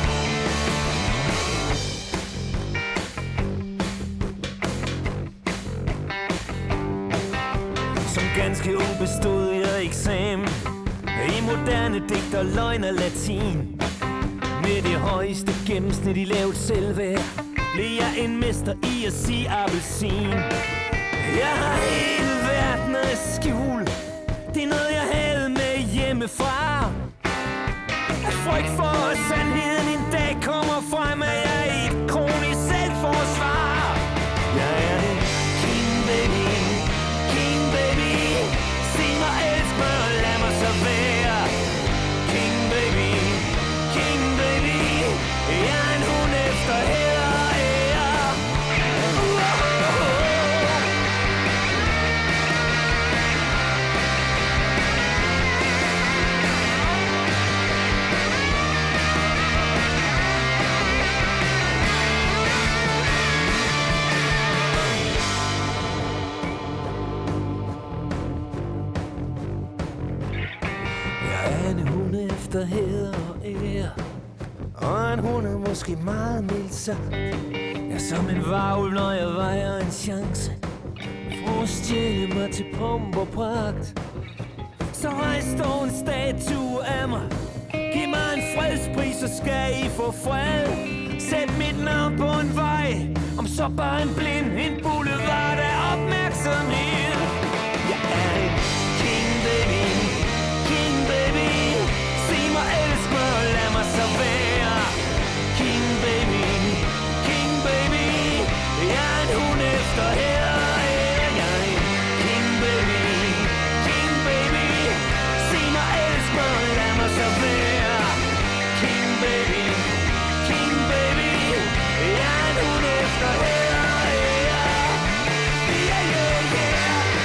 Som ganske ung bestod jeg eksamen i moderne digter, løgn og latin. Med det højeste gennemsnit i lavt selvværd blev jeg en mester i at sige appelsin. Jeg har hele verden af skjul, det er noget jeg havde med hjemmefra. Af frygt for at sandheden en dag kommer frem, at jeg er i et kronisk selvforsvar. Jeg er en king baby, king baby, sig mig elsk mig og lad mig servere. King baby, king baby, jeg er en hund efter hæder og ære. Efter hæder og ære, og en hund er måske meget mildt sagt. Jeg er som en varulv, når jeg vejer en chance for at stjæle mig til pomp og pragt. Så rejs dog en statue af mig, giv mig en fredspris, så skal I få fred. Sæt mit navn på en vej, om så bare en blind, en boulevard af opmærksomhed. Jeg er en king baby, king baby, sig mig elsk mig og lad mig servere. King baby, king baby, jeg er en hund efter hæder og ære. Jeg er en king baby, king baby, sig mig elsk mig og lad mig servere. King baby, king baby, jeg er en hund efter hæder og ære. Yeah, yeah, yeah.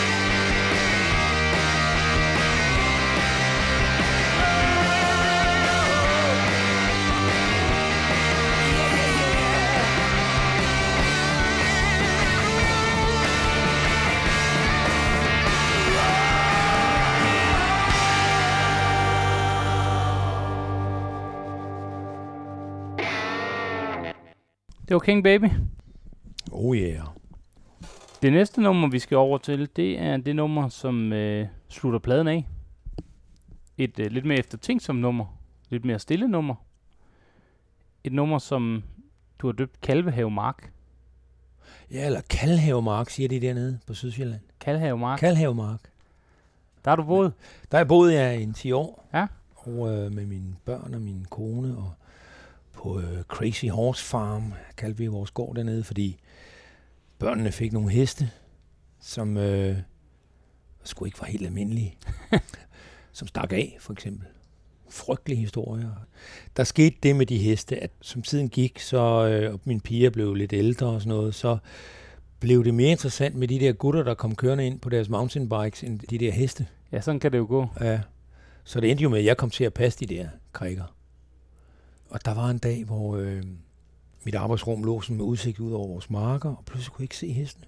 Det var King Baby.
Oh yeah.
Det næste nummer, vi skal over til, det er det nummer, som slutter pladen af. Et lidt mere eftertænksomt nummer. Lidt mere stille nummer. Et nummer, som du har døbt Kalvehave Mark.
Ja, eller Kalvehave Mark, siger de dernede på Sydsjælland.
Kalvehave Mark.
Kalvehave Mark.
Der har du boet?
Der har jeg boet i en 10 år.
Ja.
Og med mine børn og min kone og på Crazy Horse Farm, kaldte vi vores gård dernede, fordi børnene fik nogle heste, som sgu ikke var helt almindelige. Som stak af, for eksempel. Frygtelige historier. Der skete det med de heste, at som tiden gik, så og mine piger blev lidt ældre og sådan noget, så blev det mere interessant med de der gutter, der kom kørende ind på deres mountainbikes, end de der heste.
Ja, sådan kan det jo gå.
Ja. Så det endte jo med, at jeg kom til at passe de der krikker. Og der var en dag, hvor mit arbejdsrum lå sådan med udsigt ud over vores marker, og pludselig kunne jeg ikke se hestene.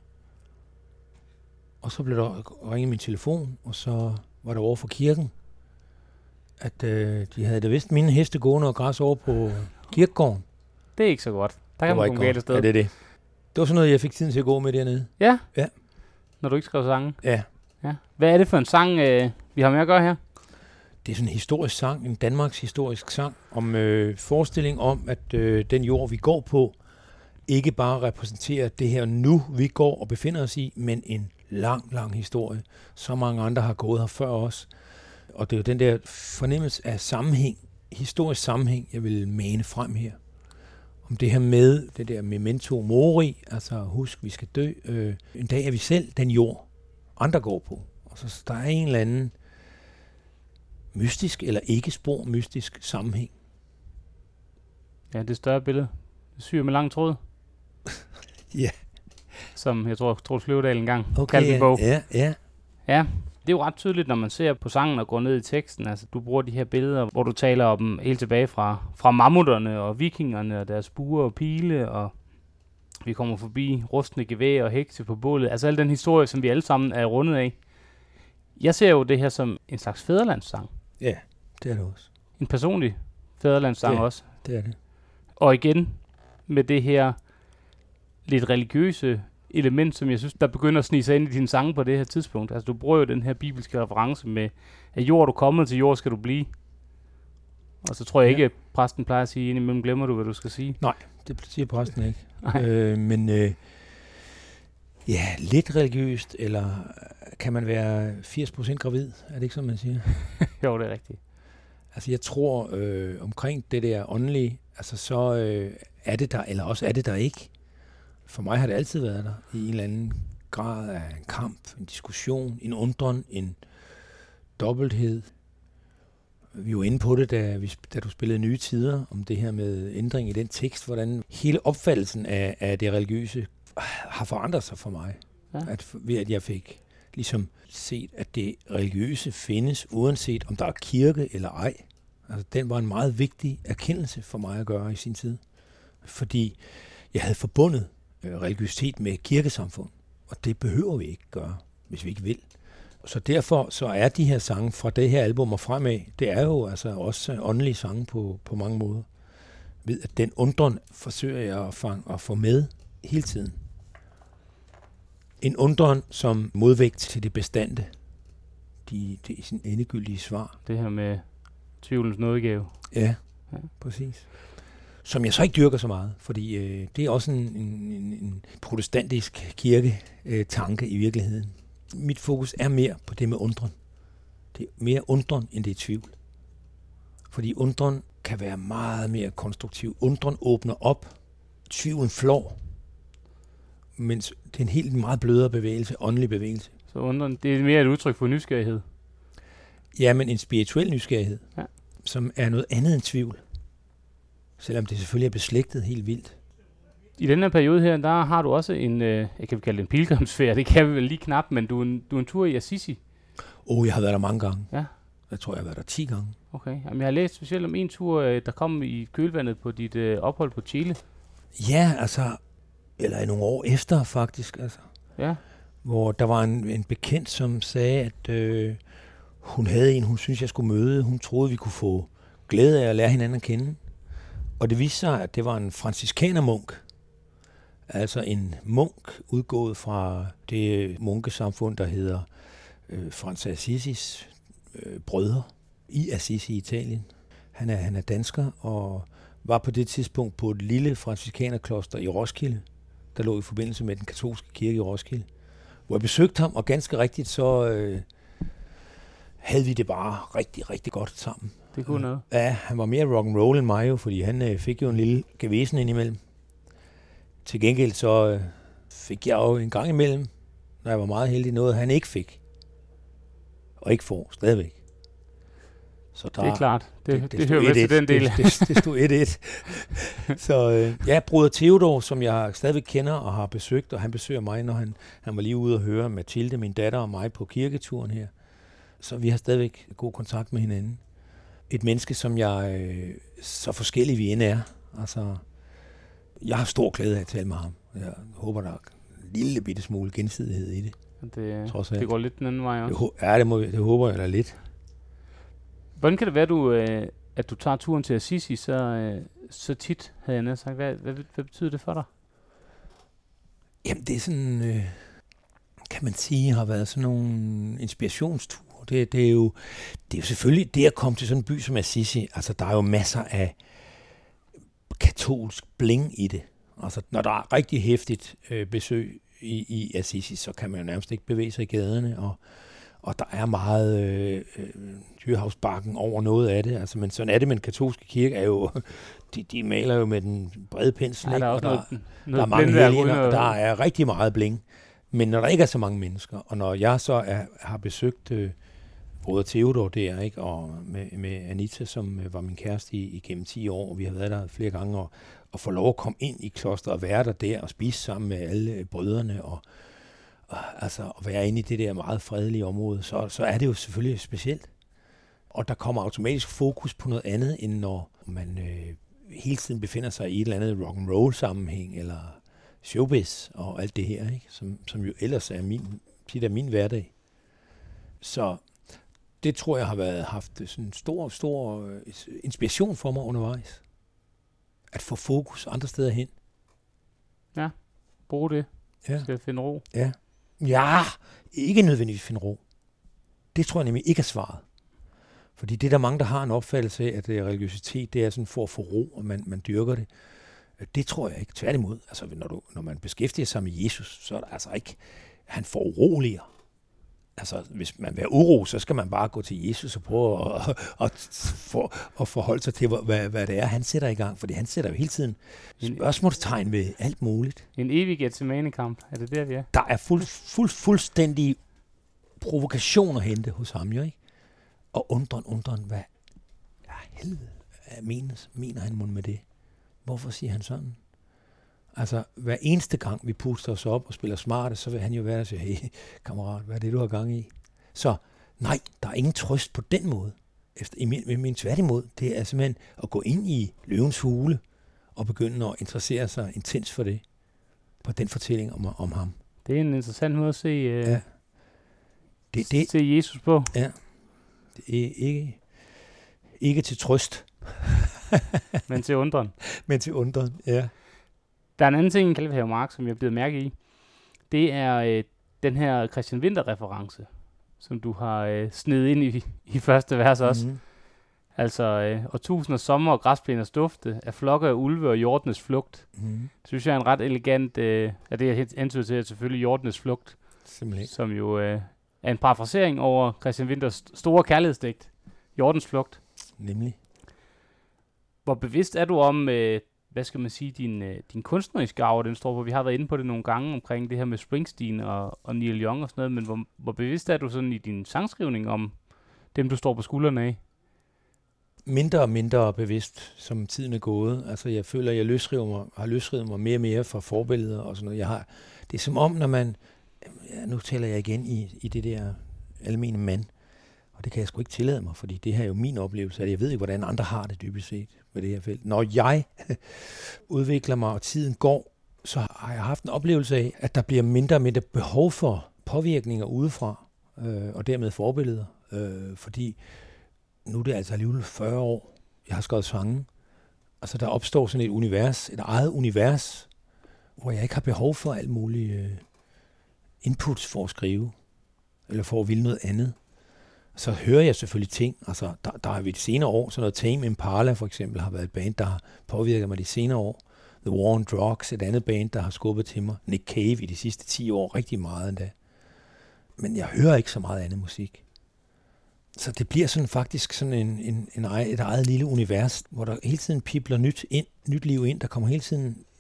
Og så blev der ringet min telefon, og så var det over for kirken, at de havde da vist mine heste gående og græs over på kirkegården.
Det er ikke så godt. Der kan man komme galt afsted.
Ja, det er det. Det var sådan noget, jeg fik tiden til at gå med dernede.
Ja?
Ja.
Når du ikke skrev sange?
Ja.
Ja. Hvad er det for en sang, vi har med at gøre her?
Det er sådan en historisk sang, en Danmarks historisk sang, om forestilling om, at den jord, vi går på, ikke bare repræsenterer det her nu, vi går og befinder os i, men en lang, lang historie. Så mange andre har gået her før os. Og det er jo den der fornemmelse af sammenhæng, historisk sammenhæng, jeg vil mane frem her. Om det her med, det der memento mori, altså husk, vi skal dø. En dag er vi selv den jord, andre går på. Og så der er en eller anden mystisk eller ikke spor mystisk sammenhæng.
Ja, det større billede. Det syr med lang tråd.
Ja.
Som jeg tror, Troels Kløvedal engang
kaldte en bog. Ja.
Ja, det er jo ret tydeligt, når man ser på sangen og går ned i teksten. Altså, du bruger de her billeder, hvor du taler om helt tilbage fra mammutterne og vikingerne og deres buer og pile, og vi kommer forbi rustne gevær og hekse på bålet. Altså al den historie, som vi alle sammen er rundet af. Jeg ser jo det her som en slags fædrelandssang.
Ja, det er det også.
En personlig fædrelandssang også.
Det er det.
Og igen med det her lidt religiøse element, som jeg synes, der begynder at snige sig ind i dine sange på det her tidspunkt. Altså, du bruger jo den her bibelske reference med, at jord er du kommet, til jord skal du blive. Og så tror jeg ikke, at præsten plejer at sige, indimellem glemmer du, hvad du skal sige.
Nej, det siger præsten ikke. Men lidt religiøst, eller kan man være 80% gravid? Er det ikke sådan, man siger?
Jo, det er rigtigt.
Altså, jeg tror omkring det der åndelige, altså så er det der, eller også er det der ikke. For mig har det altid været der, i en eller anden grad af en kamp, en diskussion, en undren, en dobbelthed. Vi var inde på det, da du spillede Nye Tider, om det her med ændring i den tekst, hvordan hele opfattelsen af det religiøse har forandret sig for mig. Ja. Ved at jeg fik ligesom set, at det religiøse findes, uanset om der er kirke eller ej. Altså, den var en meget vigtig erkendelse for mig at gøre i sin tid. Fordi jeg havde forbundet religiøsitet med kirkesamfund, og det behøver vi ikke gøre, hvis vi ikke vil. Så derfor så er de her sange fra det her album og fremad, det er jo altså også åndelige sange på mange måder. Ved at den undren forsøger jeg at få med hele tiden. En undren som modvægt til det bestandte. Det er sådan endegyldige svar.
Det her med tvivlens nådegave.
Ja, præcis. Som jeg så ikke dyrker så meget, fordi det er også en protestantisk kirketanke i virkeligheden. Mit fokus er mere på det med undren. Det er mere undren, end det er tvivl. Fordi undren kan være meget mere konstruktiv. Undren åbner op, tvivlen flår, mens det er en helt meget blødere bevægelse, åndelig bevægelse.
Så undren, det er mere et udtryk for nysgerrighed?
Ja, men en spirituel nysgerrighed, som er noget andet end tvivl. Selvom det selvfølgelig er beslægtet helt vildt.
I den her periode her, der har du også en, jeg kan kalde det en pilgrimsfærd, det kan vi vel lige knap, men du er en tur i Assisi.
Jeg har været der mange gange.
Ja.
Jeg tror, jeg har været der 10 gange.
Okay, jamen, jeg har læst specielt om en tur, der kom i kølvandet på dit ophold på Chile.
Ja, altså, eller nogle år efter faktisk, altså.
Ja.
Hvor der var en bekendt, som sagde, at hun havde en, hun syntes, jeg skulle møde. Hun troede, vi kunne få glæde af at lære hinanden at kende. Og det viste sig, at det var en franciskanermunk. Altså en munk udgået fra det munkesamfund, der hedder Frans af Assisis brødre i Assisi i Italien. Han er dansker og var på det tidspunkt på et lille franciskanerkloster i Roskilde, der lå i forbindelse med den katolske kirke i Roskilde. Hvor jeg besøgte ham, og ganske rigtigt så havde vi det bare rigtig, rigtig godt sammen.
Det kunne noget.
Ja, han var mere rock and roll end mig jo, fordi han fik jo en lille gevæsen indimellem. Til gengæld så fik jeg jo en gang imellem, når jeg var meget heldig, noget han ikke fik. Og ikke får, stadigvæk. Så der,
det er klart. Det hører med til den del.
Det stod 1-1. Så Broder Theodor, som jeg stadigvæk kender og har besøgt, og han besøger mig, når han var lige ude og høre Mathilde, min datter og mig på kirketuren her. Så vi har stadigvæk god kontakt med hinanden. Et menneske, som jeg så forskellig vi end er. Altså, jeg har stor glæde af at tale med ham. Jeg håber, der er en lille bitte smule gensidighed i det.
Det går lidt den anden vej også.
Det håber jeg da lidt.
Hvordan kan det være, at du tager turen til Assisi så tit, havde jeg sagt? Hvad betyder det for dig?
Jamen, det er sådan, kan man sige, har været sådan nogle inspirationsture. Det er jo selvfølgelig det at komme til sådan en by som Assisi. Altså, der er jo masser af katolsk bling i det. Altså, når der er rigtig hæftigt besøg i Assisi, så kan man jo nærmest ikke bevæge sig i gaderne, og der er meget Dyrehavsbakken over noget af det. Altså, men sådan er det med den katolske kirke, er jo, de maler jo med den brede pensel,
der
og der er mange helgener, og der er rigtig meget bling. Men når der ikke er så mange mennesker, og når jeg så har besøgt Broder Theodor der, ikke, og med Anita, som var min kæreste igennem 10 år, og vi har været der flere gange, og få lov at komme ind i klosteret og være der og spise sammen med alle brødrene, og altså at være inde i det der meget fredelige område, så er det jo selvfølgelig specielt. Og der kommer automatisk fokus på noget andet, end når man hele tiden befinder sig i et eller andet rock'n'roll sammenhæng, eller showbiz og alt det her, ikke? Som jo ellers er min hverdag. Så det tror jeg har haft sådan en stor inspiration for mig undervejs. At få fokus andre steder hen.
Ja, brug det.
Ja.
Skal finde ro.
Ja, ikke nødvendigvis finde ro. Det tror jeg nemlig ikke er svaret. Fordi det er der mange, der har en opfattelse af, at religiøsitet, det er sådan for at få ro, og man dyrker det. Det tror jeg ikke. Tværtimod, altså når man beskæftiger sig med Jesus, så er der altså ikke, han får uroliger. Altså, hvis man vil have uro, så skal man bare gå til Jesus og prøve at forholde sig til, hvad det er, han sætter i gang. Fordi han sætter jo hele tiden spørgsmålstegn ved alt muligt.
En evig Gethsemane-kamp, er det der, vi er?
Der er fuldstændig provokation at hente hos ham, jo, ikke? Og undren, hvad helvede mener han mon med det? Hvorfor siger han sådan? Altså, hver eneste gang vi puster os op og spiller smarte, så vil han jo være der og sige, hey, kammerat, hvad er det, du har gang i? Så nej, der er ingen trøst på den måde. Min tværtimod, det er simpelthen at gå ind i løvens hule og begynde at interessere sig intens for det, på den fortælling om ham.
Det er en interessant måde at se, se Jesus på.
Ja, det er ikke til trøst.
Men til undren.
Ja.
Der er en anden ting i Kalvehave Mark, som jeg er blevet mærke i. Det er den her Christian Winther-reference, som du har snedet ind i første vers også. Mm-hmm. Altså, årtusinder sommer og græsplæners dufte af flokke af ulve og hjortenes flugt. Mm-hmm. Det synes jeg er en ret elegant, det er antydet til, at selvfølgelig hjortenes flugt, simpelthen. Som jo er en parafrasering over Christian Winthers store kærlighedsdigt, Hjortens flugt. Nemlig. Hvor bevidst er du om, hvad skal man sige, din kunstneriske arv, den står på? Vi har været inde på det nogle gange omkring det her med Springsteen og Neil Young og sådan noget, men hvor bevidst er du sådan i din sangskrivning om dem, du står på skuldrene af? Mindre og mindre bevidst, som tiden er gået. Altså, jeg føler, at jeg har løsrevet mig mere og mere fra forbilleder og sådan noget. Det er som om, når man... Ja, nu taler jeg igen i det der almene mand, og det kan jeg sgu ikke tillade mig, fordi det her er jo min oplevelse, at jeg ved ikke, hvordan andre har det dybest set med det her felt. Når jeg udvikler mig, og tiden går, så har jeg haft en oplevelse af, at der bliver mindre og mindre behov for påvirkninger udefra, og dermed forbilleder. Fordi nu er det altså alligevel 40 år, jeg har skrevet sange. Altså der opstår sådan et univers, et eget univers, hvor jeg ikke har behov for alt muligt inputs for at skrive, eller for at ville noget andet. Så hører jeg selvfølgelig ting, altså der har vi de senere år, sådan noget Tame Impala for eksempel, har været et band, der har påvirket mig de senere år. The War on Drugs, et andet band, der har skubbet til mig. Nick Cave i de sidste 10 år, rigtig meget endda. Men jeg hører ikke så meget andet musik. Så det bliver sådan faktisk sådan et eget lille univers, hvor der hele tiden pibler nyt liv ind. Der kommer hele tiden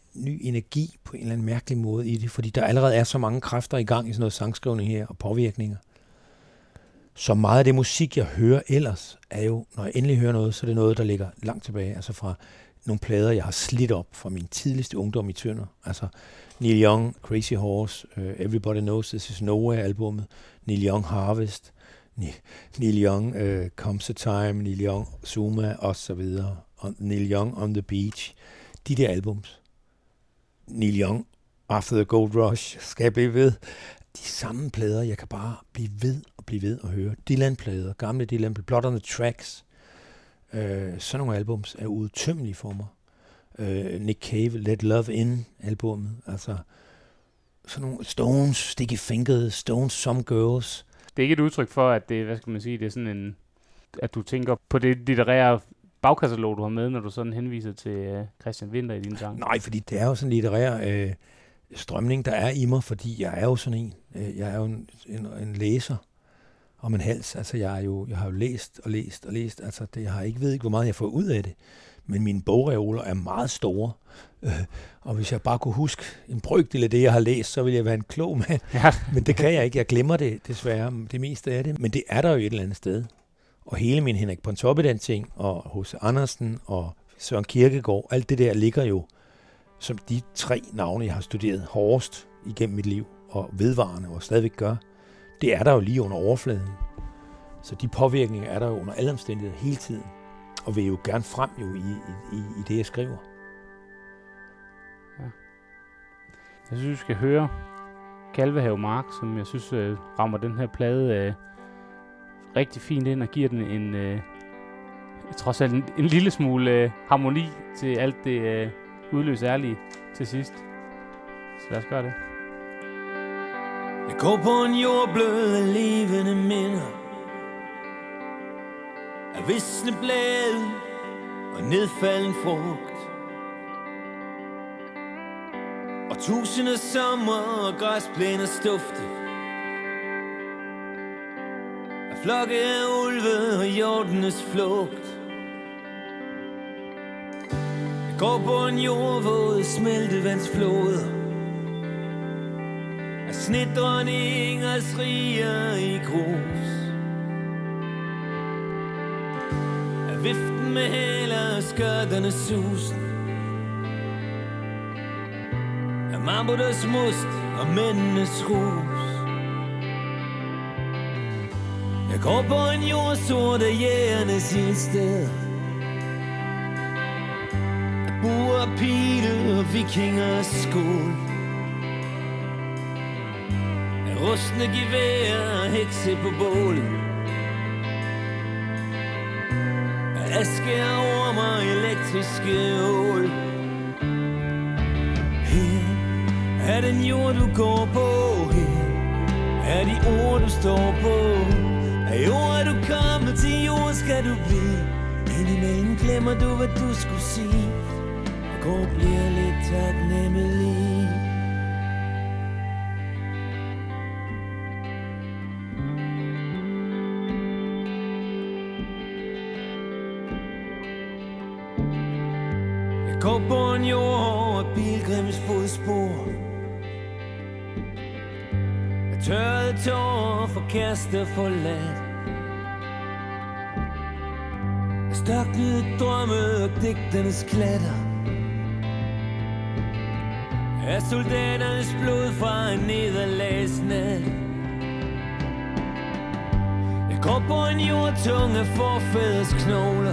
ny energi på en eller anden mærkelig måde i det, fordi der allerede er så mange kræfter i gang i sådan noget sangskrivning her og påvirkninger. Så meget af det musik, jeg hører ellers, er jo, når jeg endelig hører noget, så er det noget, der ligger langt tilbage, altså fra nogle plader, jeg har slidt op fra min tidligste ungdom i Tønder. Altså Neil Young, Crazy Horse, Everybody Knows This Is Nowhere-albummet, Neil Young Harvest, Neil Young Comes a Time, Neil Young Zuma og så videre, og Neil Young On The Beach. De der albums. Neil Young, After the Gold Rush, skal jeg blive ved. De samme plader, jeg kan bare blive ved og høre. Dylan-plader, gamle Dylan, Blood on the Tracks. Sådan nogle albums er udtømmelige for mig. Nick Cave, Let Love In-albummet. Altså, sådan nogle Stones, Sticky Fingers, Stones, Some Girls.
Det er ikke et udtryk for, at det, hvad skal man sige, det er sådan en, at du tænker på det litterære bagkatalog, du har med, når du sådan henviser til Christian Winther i din sang.
Nej, fordi det er jo sådan en litterær strømning, der er i mig, fordi jeg er jo sådan en. Jeg er jo en læser om en hals. Altså, jeg har jo læst. Altså, jeg ved ikke, hvor meget jeg får ud af det. Men mine bogreoler er meget store. Og hvis jeg bare kunne huske en brøkdel af det, jeg har læst, så ville jeg være en klog mand. Ja. Men det kan jeg ikke. Jeg glemmer det desværre, det meste af det. Men det er der jo et eller andet sted. Og hele min Henrik Pontoppidan-ting, og H.C. Andersen, og Søren Kierkegaard, alt det der ligger jo som de 3 navne, jeg har studeret hårdest igennem mit liv, og vedvarende, og stadigvæk gør. Det er der jo lige under overfladen. Så de påvirkninger er der jo under alle omstændigheder hele tiden. Og vil jo gerne frem jo i det, jeg skriver.
Ja. Jeg synes, vi skal høre Kalvehave Mark, som jeg synes rammer den her plade rigtig fint ind og giver den en trods alt en lille smule harmoni til alt det udløs ærlige til sidst. Så lad os gøre det.
Jeg går på en jordblød af levende minder, af visne blade og nedfalden frugt, og tusinde sommer og græsplæner stufte, af flokke af ulve og hjortenes flugt. Jeg går på en jordvåd smeltevandsfloder, af snedronningers riger i grus, af viften med hæler og skørternes susen, af mammuters must og mændenes rus. Jeg går på en jordsort af jægernes ildsted, af buer, pile og vikingers skål, af rustne geværer og hekse på bålet, af aske og ormer og elektriske ål. Her er den jord, du går på, her er de ord, du står på. Af jord er du kommet, til jord skal du blive. Indimellem glemmer du, hvad du skulle sige, og går og bliver lidt taknemmelig. Jeg går på en jord over pilgrims fodspor, af tørrede tårer for kæreste forladt, af størknede drømme og digternes klatter, af soldaternes blod fra en nederlagsnat. Jeg går på en jordtung af forfædres knogler,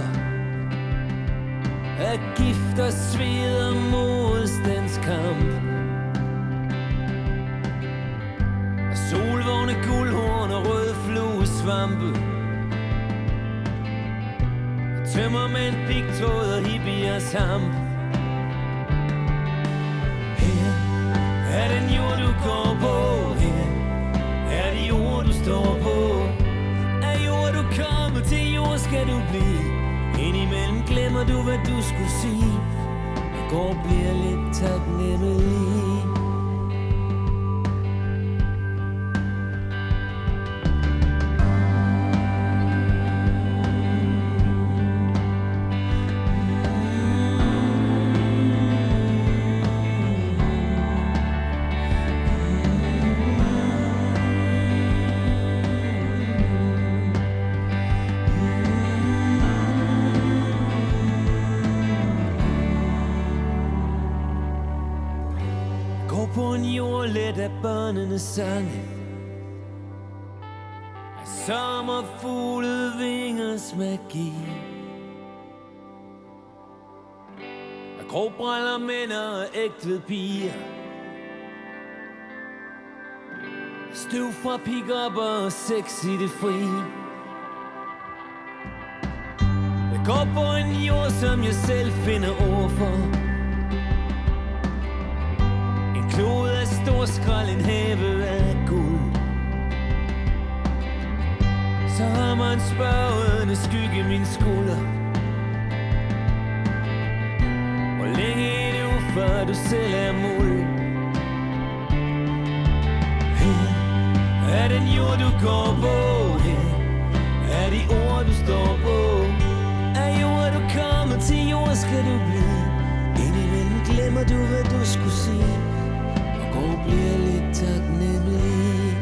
af gift og sved og modstandskamp, af solvågne guldhorn og røde fluesvampe, af tømmermænd, pigtråd og hippiers hamp. Her er den jord, du går på, her er de ord, du står på. Af jord, du kommer, til jord skal du blive. Indimellem glemmer du, hvad du skulle sige, og går og bliver lidt taknemmelig. let af børnenes sange, af sommerfugle vingers magi, af gråbriller mænd og ægte piger, støv fra pick-up og sex i det frie. Jeg går på en jord, som jeg selv finder ord for. En klode af stor skrald, en have af guld. Så rammer en spørgende skygge min skulder. Hvor længe er det før du selv er mål? Er den jord du går på, er de ord du står på? Er jord du kommer til jord skal du blive? Indimellem glemmer du hvad du skulle sige, og går bliver lidt taknemmelig.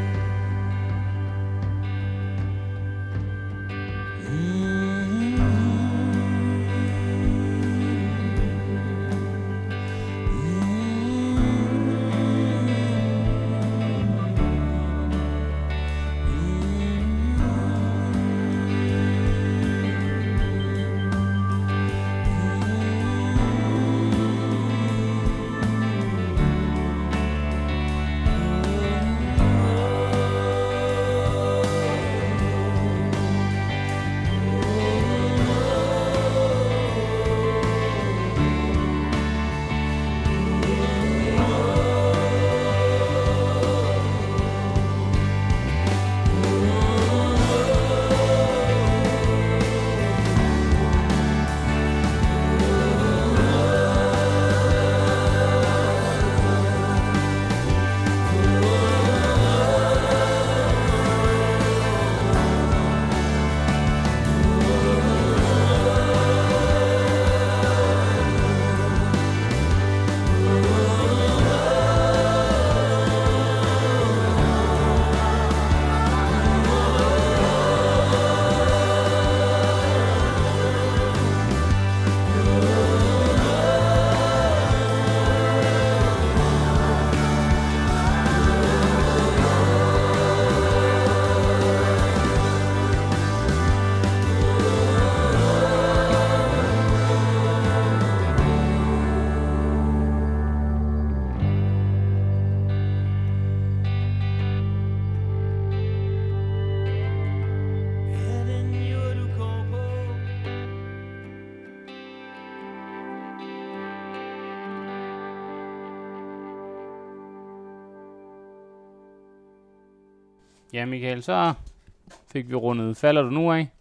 Ja, Michael, så fik vi rundet Falder du nu af.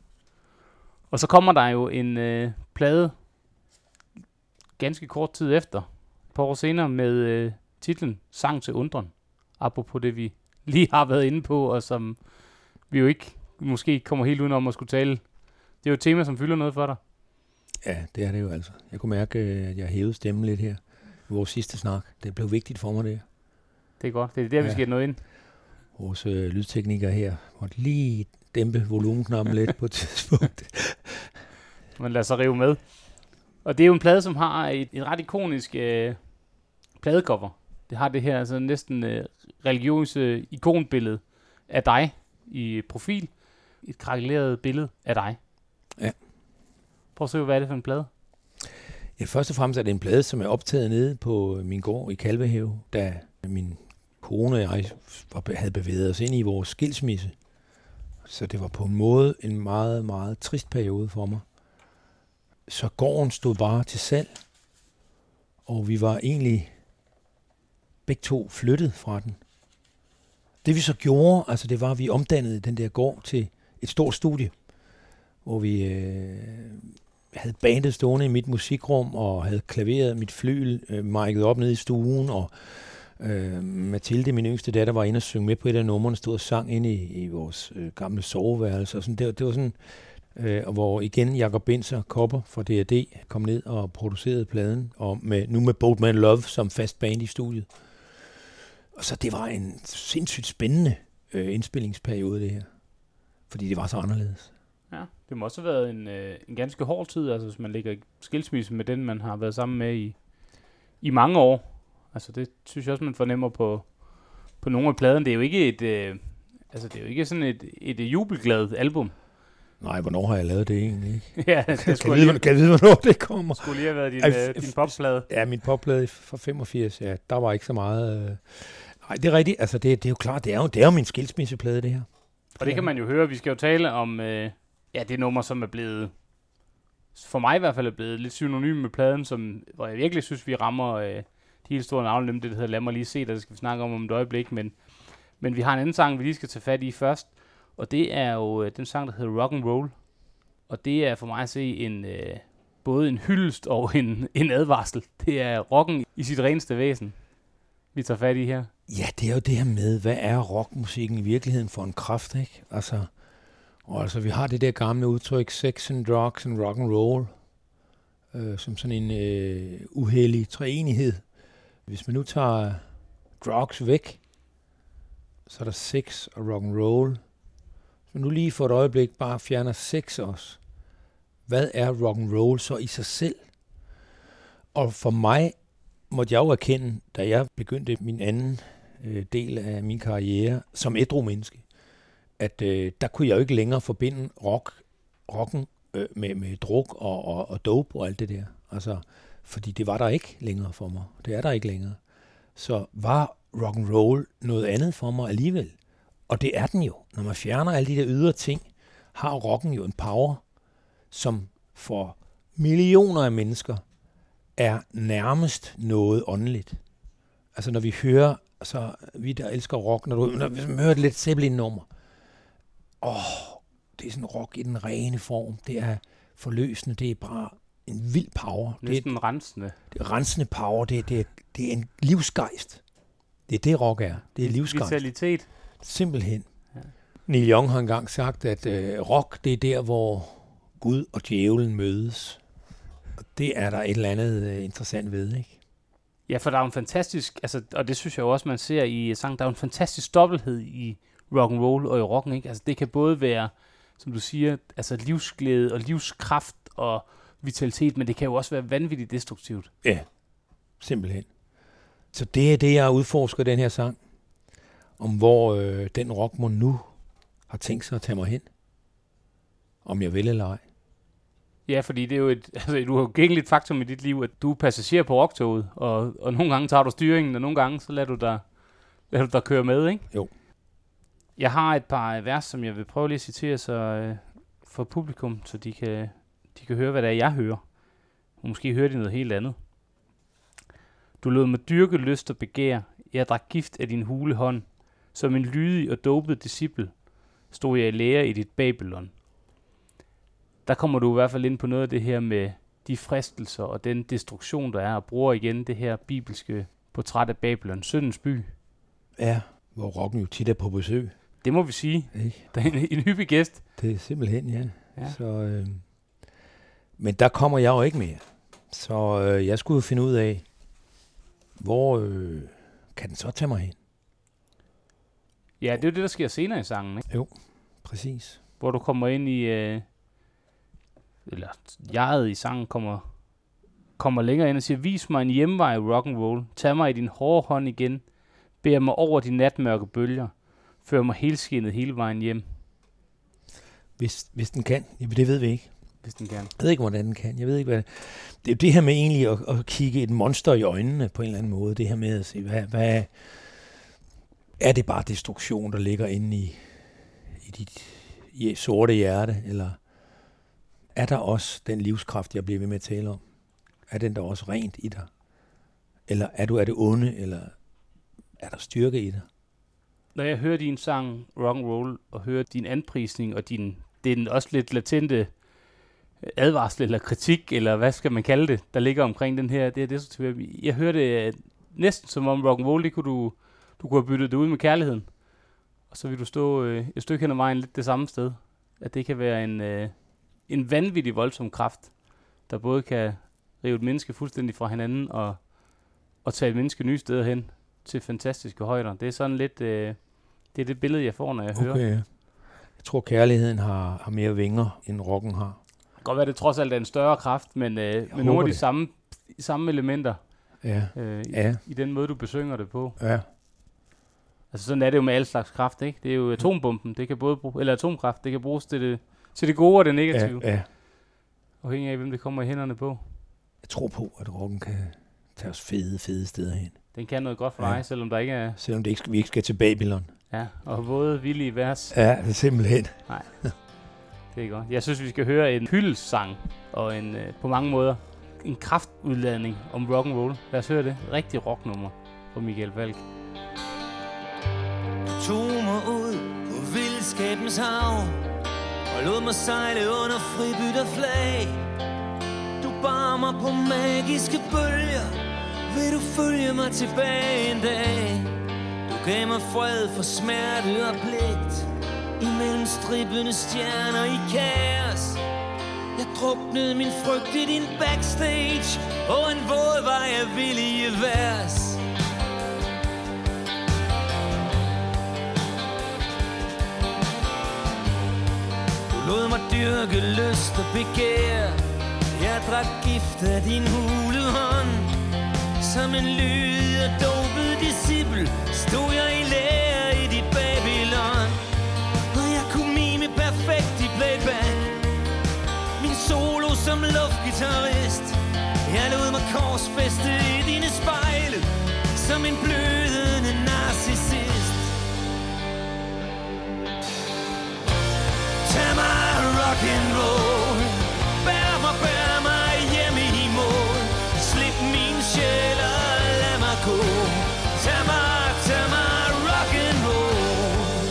Og så kommer der jo en plade ganske kort tid efter, et par år senere, med titlen Sang til undren. Apropos det, vi lige har været inde på, og som vi jo ikke måske kommer helt udenom at skulle tale. Det er jo et tema, som fylder noget for dig.
Ja, det er det jo altså. Jeg kunne mærke, at jeg hævede stemmen lidt her i vores sidste snak. Det blev vigtigt for mig, det.
Det er godt. Det er der, vi skal nå ind.
Vores lydtekniker her måtte lige dæmpe volumenknappen lidt på et tidspunkt.
Man lader sig rive med. Og det er jo en plade, som har et ret ikonisk pladecover. Det har det her altså næsten religiøse ikonbillede af dig i profil. Et krakeleret billede af dig.
Ja.
Prøv at se, hvad er det for en plade?
Ja, først og fremmest er det en plade, som er optaget nede på min gård i Kalvehave, da min kone og jeg havde bevæget os ind i vores skilsmisse. Så det var på en måde en meget, meget trist periode for mig. Så gården stod bare til salg, og vi var egentlig begge to flyttet fra den. Det vi så gjorde, altså det var, at vi omdannede den der gård til et stort studie, hvor vi havde bandet stående i mit musikrum, og havde klaveret mit flygel, mic'et op nede i stuen, og Mathilde, min yngste datter, var inde og synge med på et af numrene, stod og sang inde i vores gamle soveværelse. Og sådan. Det var sådan, hvor igen Jakob Binzer Kopper fra D&D kom ned og producerede pladen, og nu med Boatman Love som fast band i studiet. Og så det var en sindssygt spændende indspillingsperiode, det her. Fordi det var så anderledes.
Ja, det må også have været en ganske hård tid, altså hvis man ligger i skilsmisse med den, man har været sammen med i mange år. Altså det synes jeg også, man fornemmer på på nogle af pladerne. Det er jo ikke det er jo ikke sådan et jubelglad album.
Nej, hvornår har jeg lavet det egentlig?
Ja, det
kan jeg vide, hvornår det kommer?
Skulle lige have været din popplade.
Ja, min popplade fra 85, ja. Der var ikke så meget... Nej, det er rigtigt. Altså, det er jo klart, det er jo min skilsmisseplade, det her.
Og det kan man jo høre. Vi skal jo tale om det nummer, som er blevet, for mig i hvert fald, er blevet lidt synonym med pladen, hvor jeg virkelig synes, vi rammer de helt store navne, det hedder Lad mig lige se, det skal vi snakke om et øjeblik, men vi har en anden sang, vi lige skal tage fat i først, og det er jo den sang, der hedder Rock and Roll, og det er for mig at se både en hyldest og en advarsel. Det er rocken i sit reneste væsen, vi tager fat i her.
Ja, det er jo det her med, hvad er rockmusikken i virkeligheden for en kraft, ikke? Altså, vi har det der gamle udtryk, sex and drugs and rock and roll, som sådan en uheldig treenighed. Hvis man nu tager drugs væk, så er der sex og rock and roll. Hvis man nu lige for et øjeblik bare fjerner sex også, hvad er rock and roll så i sig selv? Og for mig måtte jeg jo erkende, da jeg begyndte min anden del af min karriere som ædru menneske, at der kunne jeg jo ikke længere forbinde rocken med druk og dope og alt det der. Altså, fordi det var der ikke længere for mig. Det er der ikke længere. Så var rock and roll noget andet for mig alligevel. Og det er den jo. Når man fjerner alle de der ydre ting, har rocken jo en power, som for millioner af mennesker er nærmest noget åndeligt. Altså når vi hører, så vi der elsker rock, når vi hører et lidt Zeppelin-nummer, det er sådan rock i den rene form. Det er forløsende, det er bare en vild power.
Næsten rensende.
Det er rensende power, det er en livsgejst. Det er det rock er. Det er livsgejst.
Vitalitet.
Simpelthen. Ja. Neil Young har engang sagt, at rock, det er der, hvor Gud og djævlen mødes. Og det er der et eller andet interessant ved, ikke?
Ja, for der er en fantastisk, og det synes jeg også, man ser i sang, der er en fantastisk dobbelthed i rock and roll og i rocken, ikke? Altså det kan både være, som du siger, altså livsglæde og livskraft og vitalitet, men det kan jo også være vanvittigt destruktivt.
Ja, simpelthen. Så det er det, jeg udforsker den her sang, om hvor den rockmund nu har tænkt sig at tage mig hen, om jeg vil eller ej.
Ja, fordi det er jo et uafgængeligt faktum i dit liv, at du er passager på rocktoget, og nogle gange tager du styringen, og nogle gange så lader du dig køre med, ikke?
Jo.
Jeg har et par vers, som jeg vil prøve lige at citere så for publikum, så de kan høre, hvad det er, jeg hører. Og måske hører de noget helt andet. Du lod mig dyrke lyst og begær. Jeg drak gift af din hule hånd. Som en lydig og dopet disciple stod jeg i lære i dit Babylon. Der kommer du i hvert fald ind på noget af det her med de fristelser og den destruktion, der er, og bruger igen det her bibelske portræt af Babylon, syndens by.
Ja, hvor rocken jo tit er på besøg.
Det må vi sige. Der er en hyppig gæst.
Det er simpelthen, ja. Så, men der kommer jeg jo ikke mere. Så jeg skulle jo finde ud af, hvor kan den så tage mig hen?
Ja, det er jo det, der sker senere i sangen, ikke?
Jo, præcis.
Hvor du kommer ind i, eller jeget i sangen kommer længere ind og siger, vis mig en hjemvej rock and roll, tag mig i din hårde hånd igen, bær mig over de natmørke bølger, før mig helskindet hele vejen hjem.
Hvis den kan, det ved vi ikke.
Hvis den kan.
Jeg ved ikke, hvordan den kan. Jeg ved ikke, hvad det er jo det her med egentlig at kigge et monster i øjnene på en eller anden måde. Det her med at se, hvad er det bare destruktion, der ligger inde i dit sorte hjerte, eller er der også den livskraft, jeg bliver ved med at tale om? Er den der også rent i dig? Eller er det onde, eller er der styrke i dig?
Når jeg hører din sang Rock and Roll, og hører din anprisning, og den også lidt latente advarsel, eller kritik, eller hvad skal man kalde det, der ligger omkring den her, jeg hører det næsten som om Rock and Roll, det kunne du kunne have byttet det ud med kærligheden. Og så vil du stå et stykke hen ad vejen lidt det samme sted. At det kan være en vanvittig voldsom kraft, der både kan rive et menneske fuldstændig fra hinanden, og tage et menneske nye steder hen til fantastiske højder. Det er sådan lidt, det er det billede, jeg får, når jeg hører.
Ja. Jeg tror, kærligheden har mere vinger, end rocken har.
Det kan godt være, det trods alt er en større kraft, men med nogle af de samme elementer
i den
måde, du besynger det på.
Ja.
Altså sådan er det jo med alle slags kraft, ikke? Det er jo atombomben, det kan både eller atomkraft, det kan bruges til det gode og det negative.
Ja.
Afhængig af, hvem det kommer i hænderne på.
Jeg tror på, at rocken kan tage os fede steder hen. Den
kan noget godt for dig, selvom der ikke er...
Selvom vi ikke skal til Babylon.
Ja, og både villige vers.
Ja, det er simpelthen.
Nej, det er godt. Jeg synes, vi skal høre en hyldestsang og en på mange måder en kraftudladning om rock and roll. Lad os høre det. Rigtig rocknummer fra Michael Falch.
Tog mig ud på vildskabens hav og lod mig sejle under fribytterflag. Du bar mig på magiske bølger. Vil du følge mig tilbage en dag? Du gav mig fred for smerte og pligt imellem strippende stjerner i kaos. Jeg druknede min frygt i din backstage og en våd vej af villige vers. Du lod mig dyrke lyst og begær. Jeg drak gift af din hule hånd. Som en lyd og dopet disciple stod jeg i lære i dit Babylon. Og jeg kunne mime perfekt i playback. Min solo som luftgitarrist. Jeg lod mig korsfæste i dine spejle som en blødende narcissist. Tag mig rock and roll. Bær mig hjem i mål. Slip min sjæl og lad mig gå. Tag mig rock and roll.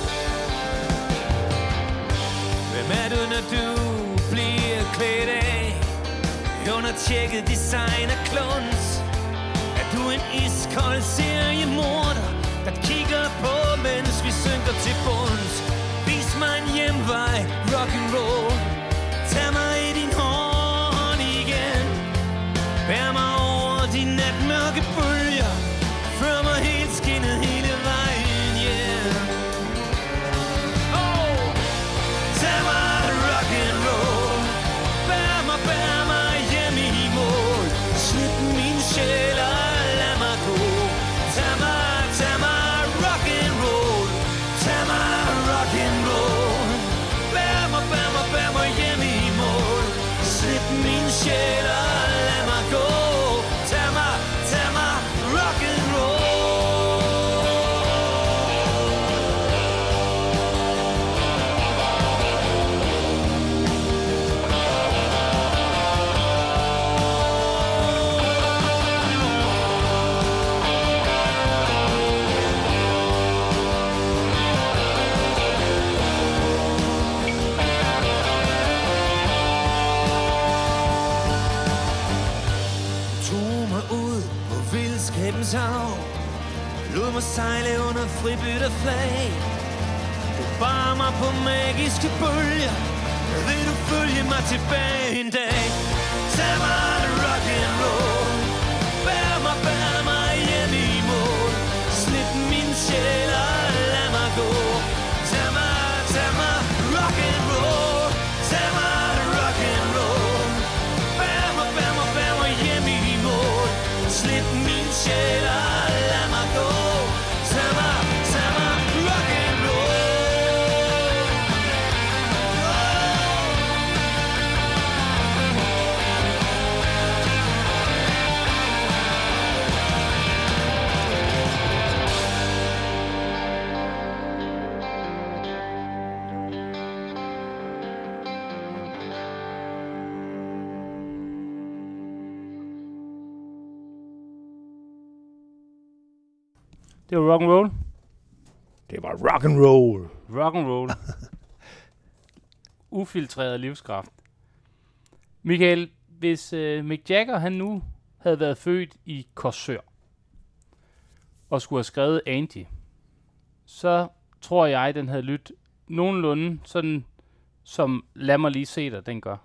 Hvem er du, når du bliver klædt af? Under tjekket designer kluns. Er du en iskold seriemorder, der kigger på, mens vi synker til bunds? Vis mig en hjemvej, rock and roll. Tag mig i din hånd igen. Bær mig over de natmørke bølger. Før mig helt skinnet hele vejen hjem. Oh! Tag mig rock and roll. Bær mig hjem i mål. Slip min sjæl og lad mig gå. Tag mig rock and roll. Tag mig rock and roll. Bær mig hjem i mål. Slip min sjæl og lad mig gå. Tag mig rock and roll. Vildskabens hav. Lod mig sejle under fribytterflag. Du bar mig på magiske bølger. Vil du følge mig tilbage en dag? Tag mig rock and roll. Bær mig hjem i mål. Slip min sjæl og lad mig gå. Tag mig rock and roll. Tag mig rock and roll. Bær mig hjem i mål. Slip min sjæl og lad mig gå. Tag mig rock and roll.
Det var rock and roll.
Det var rock and roll.
Rock and roll. Ufiltreret livskraft. Michael, hvis Mick Jagger han nu havde været født i Korsør og skulle have skrevet Angie, så tror jeg, den havde lyttet nogenlunde sådan, som Lad mig lige se dig, den gør.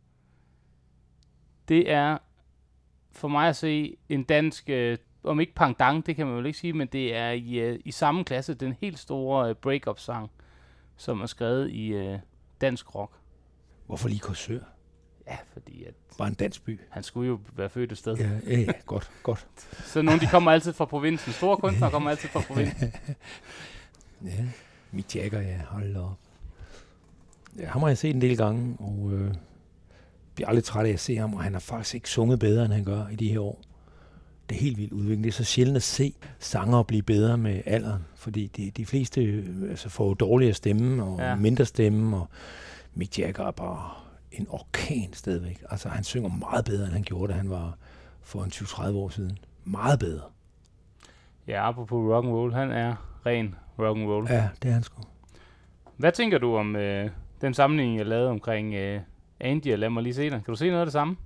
Det er for mig at se en dansk, om ikke pendant, det kan man jo ikke sige, men det er i samme klasse, den helt store break-up-sang, som er skrevet i dansk rock.
Hvorfor lige Korsør?
Ja, fordi at
Bare en dansk by.
han skulle jo være født et sted.
Ja, godt.
Så nogle, de kommer altid fra provinsen. Store kunstnere kommer altid fra provinsen.
Ja, Mick Jagger, ja, hold da op. Ja, ham har jeg set en del gange, og bliver aldrig træt af at se ham, og han har faktisk ikke sunget bedre, end han gør i de her år. Det er helt vildt udvikling. Det er så sjældent at se sanger blive bedre med alderen, fordi de fleste får dårligere stemme og mindre stemme, og Mick Jagger er bare en orkan stadigvæk. Altså, han synger meget bedre, end han gjorde, da han var for en 20-30 år siden. Meget bedre.
Ja, apropos rock'n'roll, han er ren rock'n'roll.
Ja, det er han sgu.
Hvad tænker du om den sammenligning, jeg lavede omkring Angie, og lad mig lige se dig? Kan du se noget af det samme?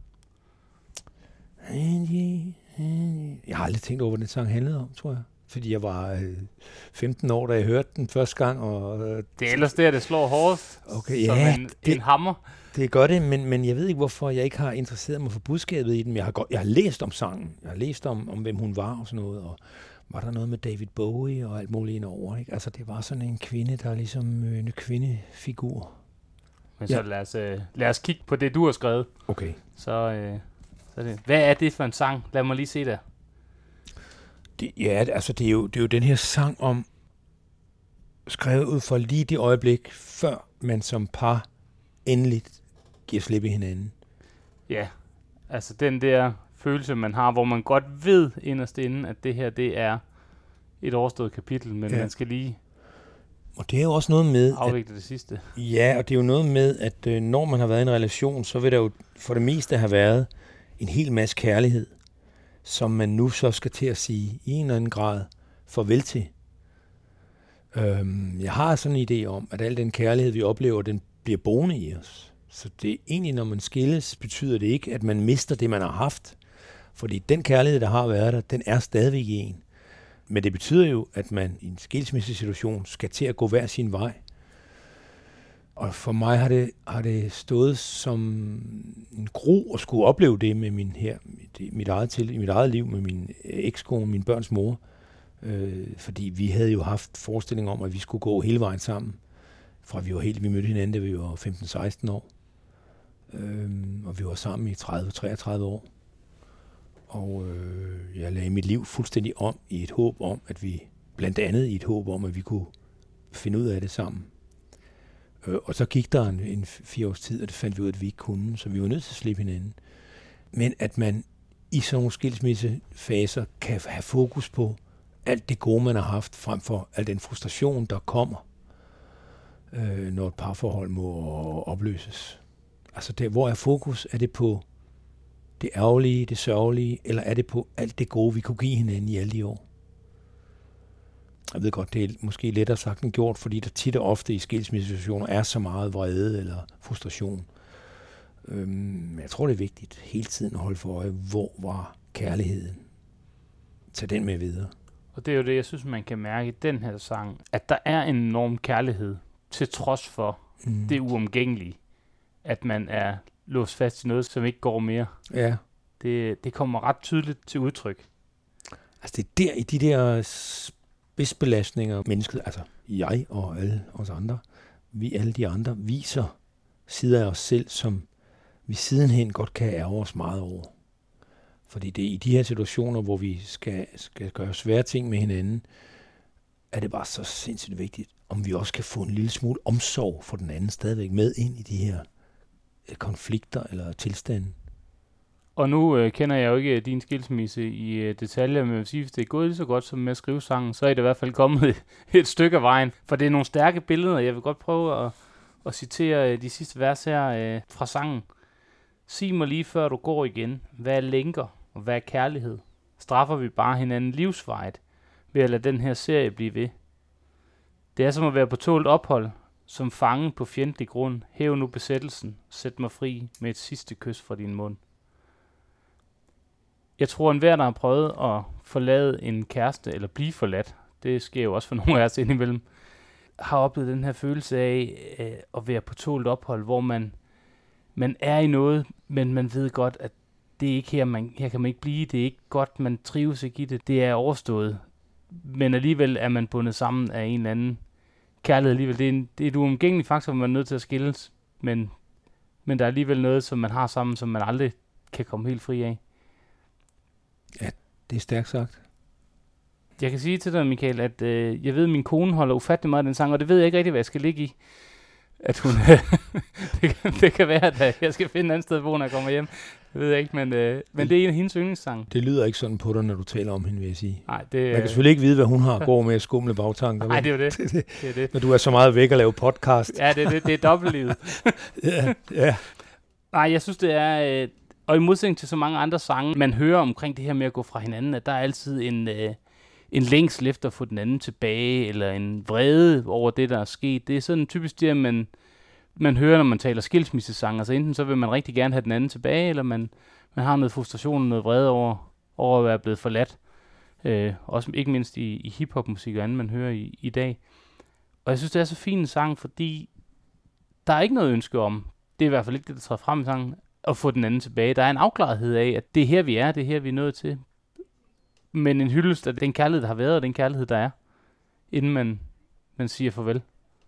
Angie. Jeg har aldrig tænkt over, hvad den sang handlede om, tror jeg. Fordi jeg var 15 år, da jeg hørte den første gang. Og,
det er ellers det slår hårdest
okay,
som
ja,
en hammer.
Det gør det, men jeg ved ikke, hvorfor jeg ikke har interesseret mig for budskabet i den. Jeg har læst om sangen. Jeg har læst om hvem hun var og sådan noget. Og var der noget med David Bowie og alt muligt indover, ikke? Altså, det var sådan en kvinde, der er ligesom en kvindefigur.
Men så lad os kigge på det, du har skrevet.
Okay.
Så det. Hvad er det for en sang? Lad mig lige se der.
Det er jo den her sang om, skrevet ud for lige det øjeblik, før man som par endeligt giver slip i hinanden.
Ja, altså den der følelse, man har, hvor man godt ved inderst inde, at det her, det er et overstået kapitel, men man skal lige
og det er jo også noget med
afvikle det sidste.
Ja, og det er jo noget med, at når man har været i en relation, så vil der jo for det meste have været en hel masse kærlighed, som man nu så skal til at sige i en eller anden grad farvel til. Jeg har sådan en idé om, at al den kærlighed, vi oplever, den bliver boende i os. Så det er egentlig, når man skilles, betyder det ikke, at man mister det, man har haft. Fordi den kærlighed, der har været der, den er stadigvæk i en. Men det betyder jo, at man i en skilsmissesituation skal til at gå hver sin vej. Og for mig har det stået som en gru at skulle opleve det med mit eget liv med min ekskone, min børns mor. Fordi vi havde jo haft forestilling om, at vi skulle gå hele vejen sammen. Fra vi mødte hinanden, da vi var 15-16 år. Og vi var sammen i 30-33 år. Og jeg lagde mit liv fuldstændig om i et håb om, at vi, blandt andet i et håb om, at vi kunne finde ud af det sammen. Og så gik der en 4 års tid, og det fandt vi ud af, at vi ikke kunne, så vi var nødt til at slippe hinanden. Men at man i sådan nogle skilsmissefaser kan have fokus på alt det gode, man har haft, frem for al den frustration, der kommer, når et parforhold må opløses. Altså, hvor er fokus? Er det på det ærgerlige, det sørgelige, eller er det på alt det gode, vi kunne give hinanden i alle de år? Jeg ved godt, det er måske lettere sagt end gjort, fordi der tit og ofte i skilsmissesituationer er så meget vrede eller frustration. Men jeg tror, det er vigtigt hele tiden at holde for øje, hvor var kærligheden. Tag den med videre.
Og det er jo det, jeg synes, man kan mærke i den her sang, at der er en enorm kærlighed, til trods for det uomgængelige, at man er låst fast i noget, som ikke går mere.
Ja.
Det kommer ret tydeligt til udtryk.
Altså det er der, i de der spidsbelastninger, mennesket, altså jeg og alle os andre, alle de andre, viser sider af os selv, som vi sidenhen godt kan ærge os meget over. Fordi det er i de her situationer, hvor vi skal gøre svære ting med hinanden, er det bare så sindssygt vigtigt, om vi også kan få en lille smule omsorg for den anden stadigvæk med ind i de her konflikter eller tilstande.
Og nu kender jeg jo ikke din skilsmisse i detaljer, men jeg vil sige, hvis det er gået lige så godt som med at skrive sangen, så er det i hvert fald kommet et stykke af vejen. For det er nogle stærke billeder. Jeg vil godt prøve at citere de sidste vers her fra sangen. Sig mig lige før du går igen, hvad er lænker og hvad er kærlighed? Straffer vi bare hinanden livsvejet ved at lade den her serie blive ved? Det er som at være på tålt ophold, som fange på fjendtlig grund. Hæv nu besættelsen, sæt mig fri med et sidste kys fra din mund. Jeg tror, enhver, der har prøvet at forlade en kæreste eller blive forladt, det sker jo også for nogle af os indimellem, har oplevet den her følelse af at være på tålt ophold, hvor man er i noget, men man ved godt, at det er ikke her kan man ikke blive, det er ikke godt, man trives ikke i det, det er overstået. Men alligevel er man bundet sammen af en eller anden kærlighed alligevel. Det er et uomgængeligt faktor, hvor man er nødt til at skilles, men men der er alligevel noget, som man har sammen, som man aldrig kan komme helt fri af.
Ja, det er stærkt sagt.
Jeg kan sige til dig, Michael, at jeg ved, at min kone holder ufattelig meget af den sang, og det ved jeg ikke rigtig, hvad jeg skal ligge i. At hun, det kan være, at jeg skal finde et andet sted, hvor når jeg kommer hjem. Det ved jeg ikke, men det er en af hendes yndlingssange.
Det lyder ikke sådan på dig, når du taler om hende, vil jeg sige.
Nej, det,
man kan selvfølgelig ikke vide, hvad hun har går med at skumle bagtanker.
Nej, det er jo det. Det er det.
Når du er så meget væk og lave podcast.
Ja, det er dobbeltlivet.
ja.
Nej, jeg synes, det er... og i modsætning til så mange andre sange, man hører omkring det her med at gå fra hinanden, at der er altid en længsel efter at få den anden tilbage, eller en vrede over det, der er sket. Det er sådan typisk det, man hører, når man taler skilsmissesange. Altså enten så vil man rigtig gerne have den anden tilbage, eller man har noget frustration, noget vrede over at være blevet forladt. Også ikke mindst i hiphopmusik og andet, man hører i dag. Og jeg synes, det er så fin en sang, fordi der er ikke noget ønske om, det er i hvert fald ikke det, der træder frem i sangen, at få den anden tilbage. Der er en afklarethed af, at det er her, vi er, det er her, vi er nået til. Men en hyldest af den kærlighed, der har været, og den kærlighed, der er, inden man siger farvel.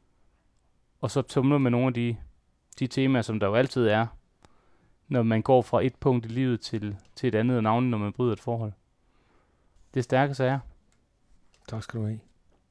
Og så tumler med nogle af de temaer, som der jo altid er, når man går fra et punkt i livet til et andet, og navnet, når man bryder et forhold. Det er stærke sager.
Tak skal du have.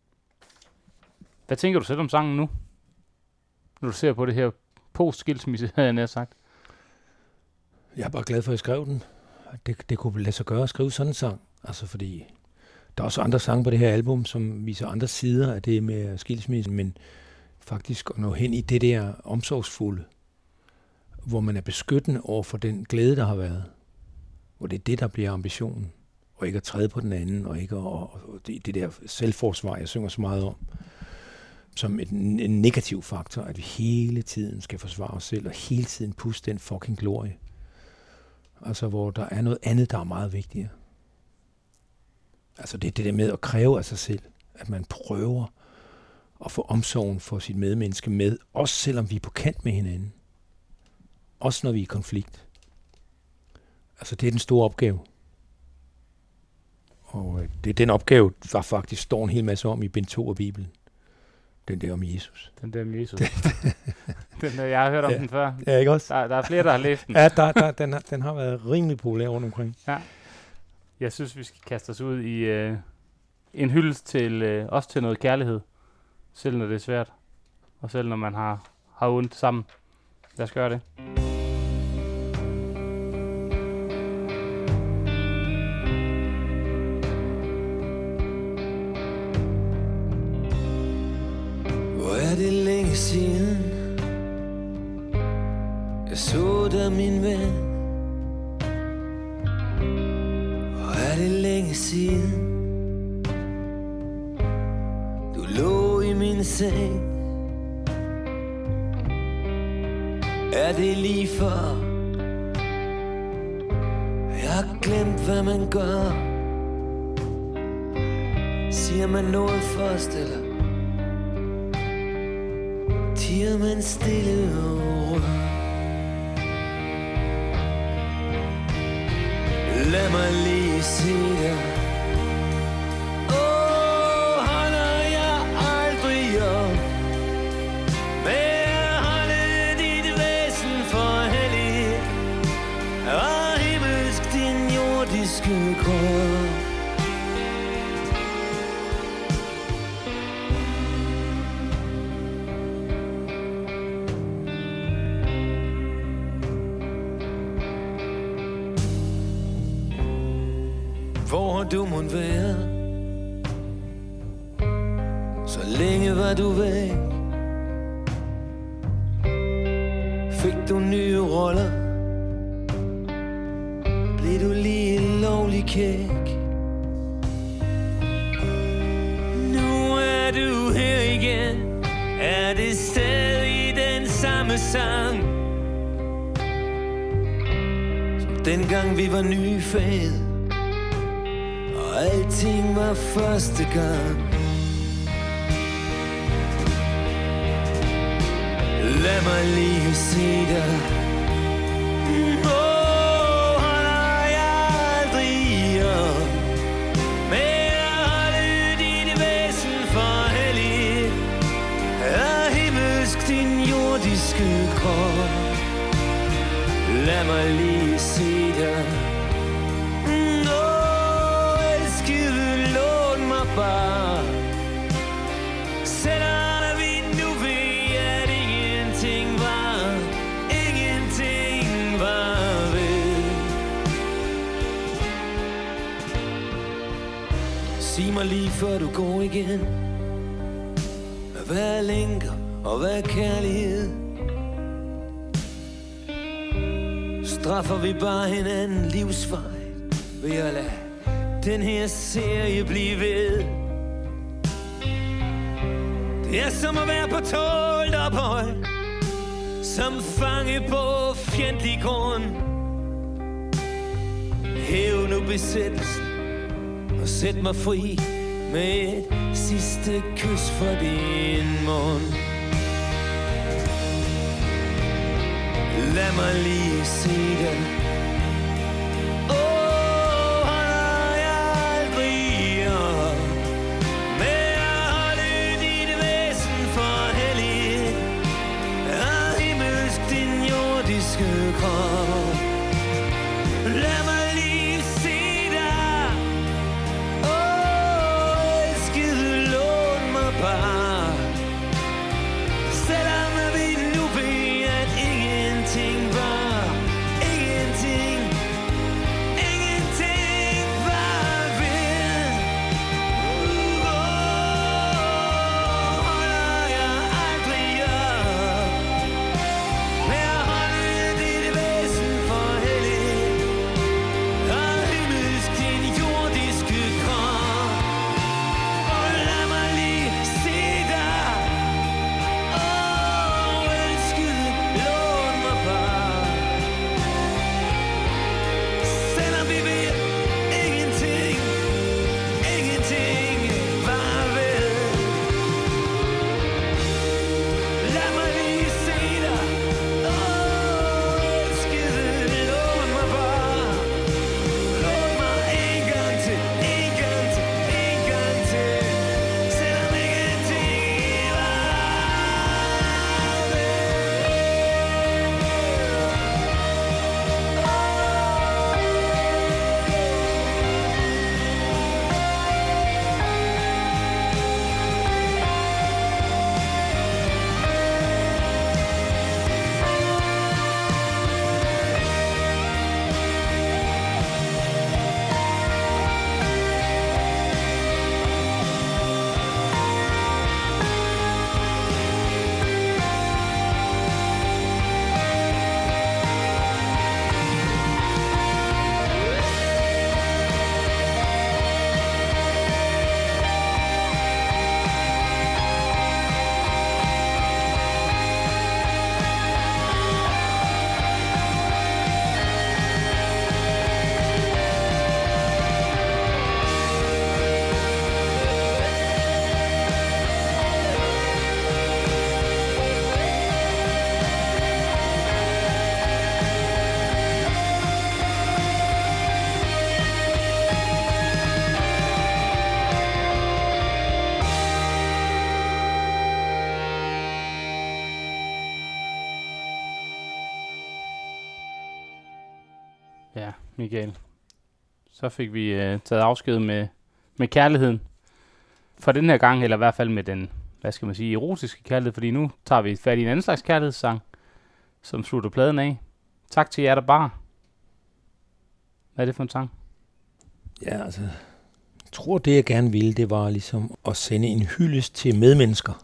Hvad tænker du selv om sangen nu? Når du ser på det her post-skilsmisse, havde jeg nær sagt.
Jeg er bare glad for, at jeg skrev den. Det kunne lade sig gøre at skrive sådan en sang. Altså fordi, der er også andre sange på det her album, som viser andre sider af det med skilsmissen, men faktisk at nå hen i det der omsorgsfulde, hvor man er beskyttende over for den glæde, der har været. Hvor det er det, der bliver ambitionen. Og ikke at træde på den anden, og ikke det der selvforsvar, jeg synger så meget om, som en negativ faktor, at vi hele tiden skal forsvare os selv, og hele tiden puste den fucking glorie. Altså, hvor der er noget andet, der er meget vigtigere. Altså, det er det der med at kræve af sig selv, at man prøver at få omsorgen for sit medmenneske med, også selvom vi er på kant med hinanden. Også når vi er i konflikt. Altså, det er den store opgave. Og det er den opgave, der faktisk står en hel masse om i bind 2 af Bibelen. Den der om Jesus.
Den der om Jesus. Den der, jeg har hørt om den før.
Ja, ikke også?
Der er flere, der har læst den.
Ja, den har været rimelig populær rundt omkring.
Ja. Jeg synes, vi skal kaste os ud i en hyldest til også til noget kærlighed. Selv når det er svært. Og selv når man har ondt sammen. Lad os gøre det.
Hvor er det længe siden jeg så dig, min ven. Hvor er det længe siden du lå i min seng. Er det lige før jeg har glemt, hvad man gør? Siger man noget først, eller tiger man stille over? Lad mig lige se dig. Holder jeg aldrig op med at holde dit væsen for helligt og himmelsk din jordiske krop. Hvor du må være, så længe var du væk. Fik du nye roller, blev du lige lovlig kæk. Nu er du her igen, er det stadig den samme sang, som dengang vi var nyfødte. Alting var første gang. Lad mig lige se dig. Holder jeg aldrig op med at holde dit væsen for helligt og himmelsk din jordiske krop. Lad mig lige se dig. Elskede, lån mig bare. Selvom vi nu ved, at ingenting var ved. Sig mig lige før du går igen. Hvad er lænker og hvad er kærlighed? Straffer vi bare hinanden livsvej ved at lade den her serie blive ved? Det er som at være på tålt ophold, som fange på fjendtlig grund. Hæv nu besættelsen og sæt mig fri med et sidste kys for din mund. Lad mig lige se dig. Holder jeg aldrig op med at holde dit væsen for helligt og himmelsk din jordiske krop. Lad mig lige se dig. Elskede, lån mig bare. Selvom vi nu ved, at ingenting var ved. Holder jeg aldrig op med at holde dit væsen for helligt og himmelsk din jordiske krop. Og lad mig lige se dig. Elskede, lån mig bare. Selvom vi ved, ingenting var ved. Lad mig lige se dig. Elskede, lån mig bare. Lån mig en gang til. Selvom ingenting var ved.
Ja, Michael. Så fik vi taget afsked med kærligheden. For den her gang, eller i hvert fald med den, hvad skal man sige, erotiske kærlighed. Fordi nu tager vi fat i en anden slags kærlighedssang, som slutter pladen af. Tak til jer, der bar. Hvad er det for en sang?
Ja, altså, jeg tror, det jeg gerne ville, det var ligesom at sende en hyldest til medmennesker.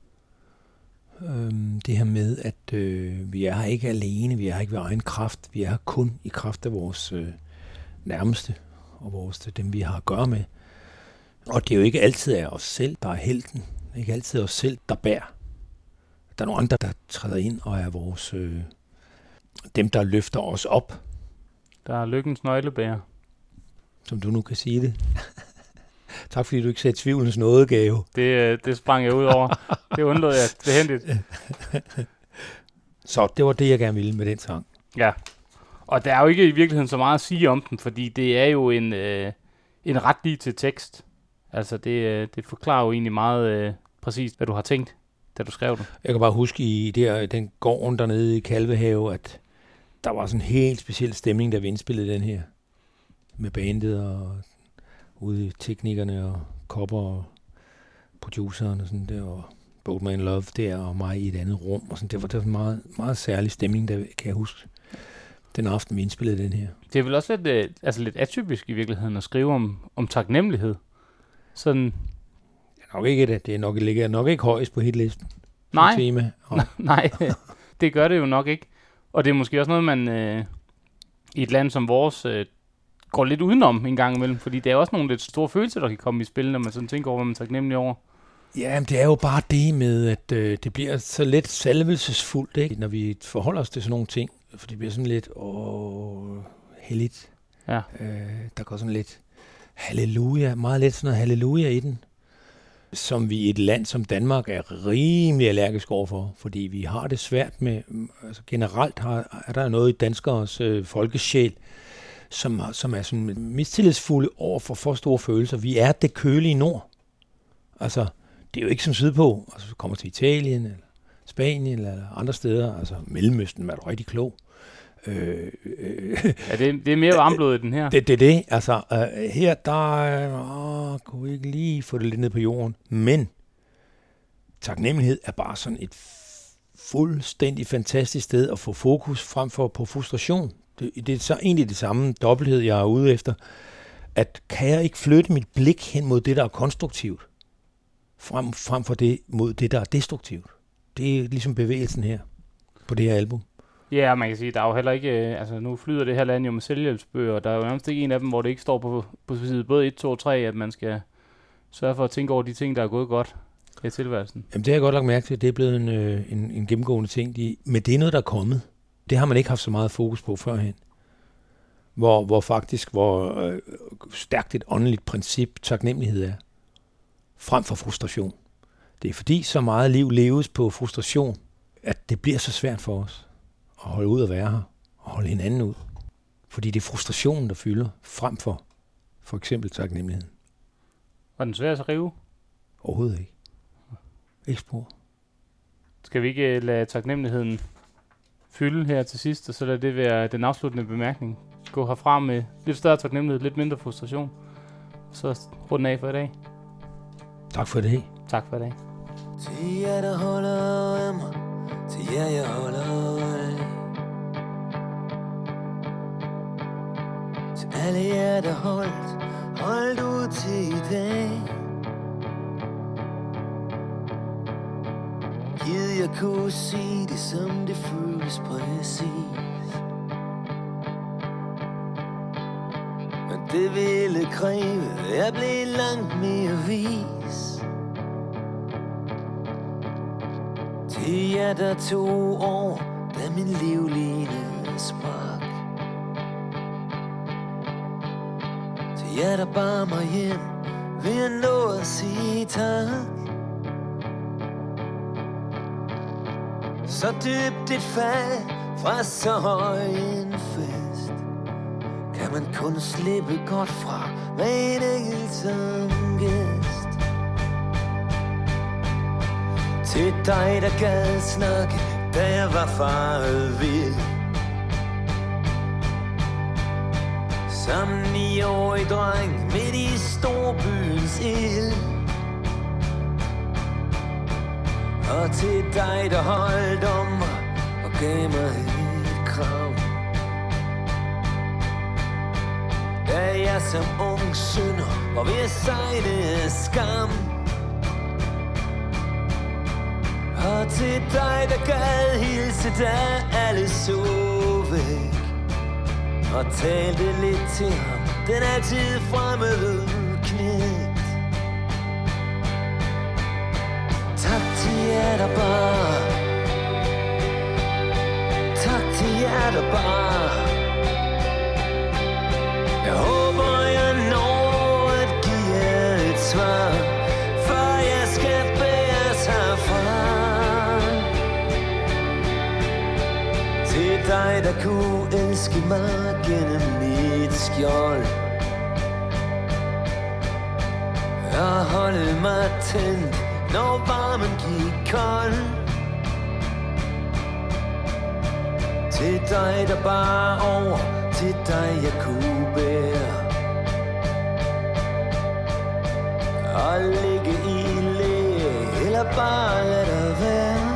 Det her med, at vi er her ikke alene, vi er her ikke ved egen kraft, vi er her kun i kraft af vores nærmeste og dem, vi har at gøre med. Og det er jo ikke altid af os selv, der er helten. Det er ikke altid os selv, der bærer. Der er nogle andre, der træder ind og er vores dem, der løfter os op.
Der er lykkens nøglebærer.
Som du nu kan sige det. Tak fordi du ikke sagde tvivlens nådegave.
Det sprang jeg ud over. Det undlod jeg behendigt.
Så det var det, jeg gerne ville med den sang.
Ja, og der er jo ikke i virkeligheden så meget at sige om den, fordi det er jo en ret lige til tekst. Altså det forklarer jo egentlig meget præcist, hvad du har tænkt, da du skrev den.
Jeg kan bare huske i den gården dernede i Kalvehave, at der var sådan en helt speciel stemning, da vi indspillede den her. Med bandet og ude teknikerne og kopper og produceren og sådan der, og Boatman Love der, og mig i et andet rum. Og sådan. Det var en meget, meget særlig stemning, der kan jeg huske, den aften, vi indspillede den her.
Det er vel også lidt atypisk i virkeligheden at skrive om taknemmelighed. Sådan.
Det ligger nok ikke højst på hitlisten.
Nej.
Tema.
Nej, det gør det jo nok ikke. Og det er måske også noget, man i et land som vores går lidt udenom en gang imellem. Fordi det er også nogle lidt store følelser, der kan komme i spil, når man sådan tænker over, hvad man er taknemmelig over.
Ja, det er jo bare det med, at det bliver så lidt salvelsesfuldt, ikke? Når vi forholder os til sådan nogle ting. For det bliver sådan lidt helligt.
Ja.
Der går sådan lidt halleluja, meget lidt sådan noget halleluja i den. Som vi i et land som Danmark er rimelig allergisk overfor, fordi vi har det svært med, altså generelt er der noget i danskers folkesjæl, som er sådan mistillidsfulde over for store følelser. Vi er det kølige nord. Altså, det er jo ikke som sydpå. Altså, vi kommer til Italien, eller Spanien, eller andre steder. Altså, Mellemøsten er du rigtig klog.
Ja, det er mere varmblodet den her.
Det. Altså, her, der kunne vi ikke lige få det lidt ned på jorden. Men taknemmelighed er bare sådan et fuldstændig fantastisk sted at få fokus frem for på frustration. Det er så egentlig det samme dobbelthed, jeg er ude efter. At kan jeg ikke flytte mit blik hen mod det, der er konstruktivt, frem for det mod det, der er destruktivt. Det er ligesom bevægelsen her på det her album.
Ja, man kan sige, der er jo heller ikke, altså nu flyder det her land jo med selvhjælpsbøger, der er jo nærmest ikke en af dem, hvor det ikke står på side både 1, 2 og 3, at man skal sørge for at tænke over de ting, der er gået godt i tilværelsen.
Jamen det har jeg godt lagt mærke til, det er blevet en gennemgående ting, men det er noget, der er kommet. Det har man ikke haft så meget fokus på førhen. Hvor stærkt et åndeligt princip taknemmelighed er, frem for frustration. Det er fordi så meget liv leves på frustration, at det bliver så svært for os at holde ud og være her, og holde hinanden ud. Fordi det er frustrationen, der fylder, frem for eksempel taknemmeligheden.
Var den svær at rive?
Overhovedet ikke. Ikke spor.
Skal vi ikke lade taknemmeligheden fylde her til sidst, og så lade det være den afsluttende bemærkning? Gå herfra med lidt større taknemmelighed, lidt mindre frustration. Så rundt af for i dag.
Tak for det.
Tak for i dag.
Til jer, der holder af mig, til jer, jeg holder af. Til alle jer, der holdt ud til i dag. Gid jeg kunne sige det, som det føles præcis. Men det ville kræve, jeg blev langt mere vis. Til jer, der tog over, da min livline sprak. Til jer, der bar mig hjem, vil jeg nå at sige tak. Så dybt et fald fra så høj en fest, kan man kun slippe godt fra med en enkelt som gæst. Til dig, der gad snakke, da jeg var faret vild. Som 9-årig dreng midt i storbyens ild. Og til dig, der holdt om mig og gav mig et kram. Da jeg som ung synder var ved at sejle af skam. Og til dig, der gad hilse, da alle så væk. Og talte lidt til ham, den altid fremmede knægt. Tak til jer, der bare. Tak til jer, der bare. Jeg håber, jeg når at give jer et svar, for jeg skal bæres herfra. Til dig, der kunne elske mig gennem mit skjold. Og holde mig tændt, når varmen gik kold. Til dig der bare over, til dig jeg kunne bære. Og ligge i læge, eller bare lad dig være.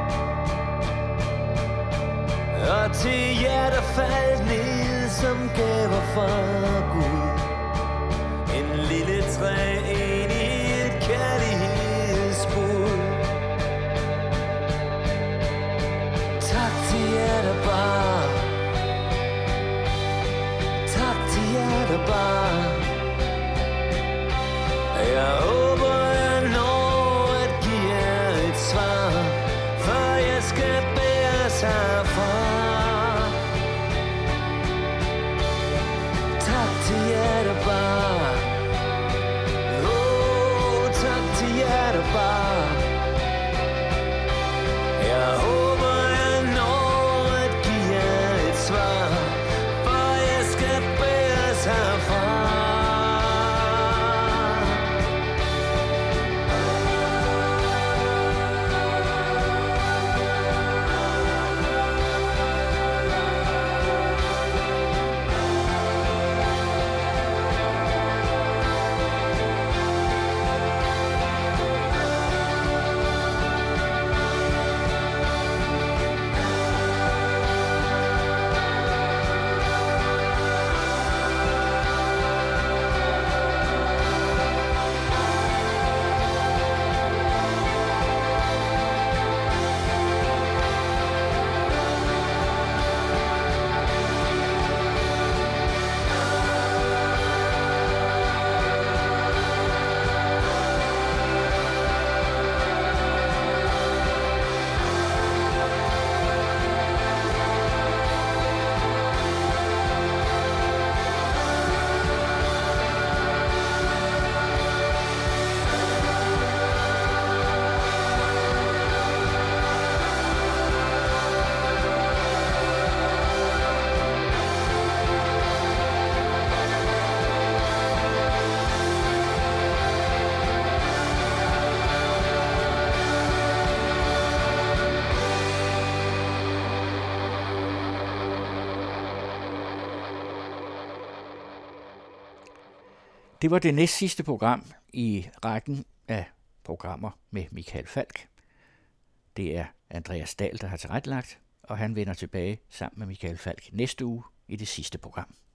Og til jer der faldt ned som gaver fra Gud. En lille træ ind i et kærlighedsbud. Tak til jer der bare. Tak til jer der bare. Jeg håber jeg når at give jer et svar, før jeg skal bæres herfra. Tak til jer der bare. Tak til jer der bare. Jeg håber jeg når at give jer et svar, før jeg skal bæres herfra.
Det var det næstsidste program i rækken af programmer med Michael Falch. Det er Andreas Dahl, der har tilrettelagt, og han vender tilbage sammen med Michael Falch næste uge i det sidste program.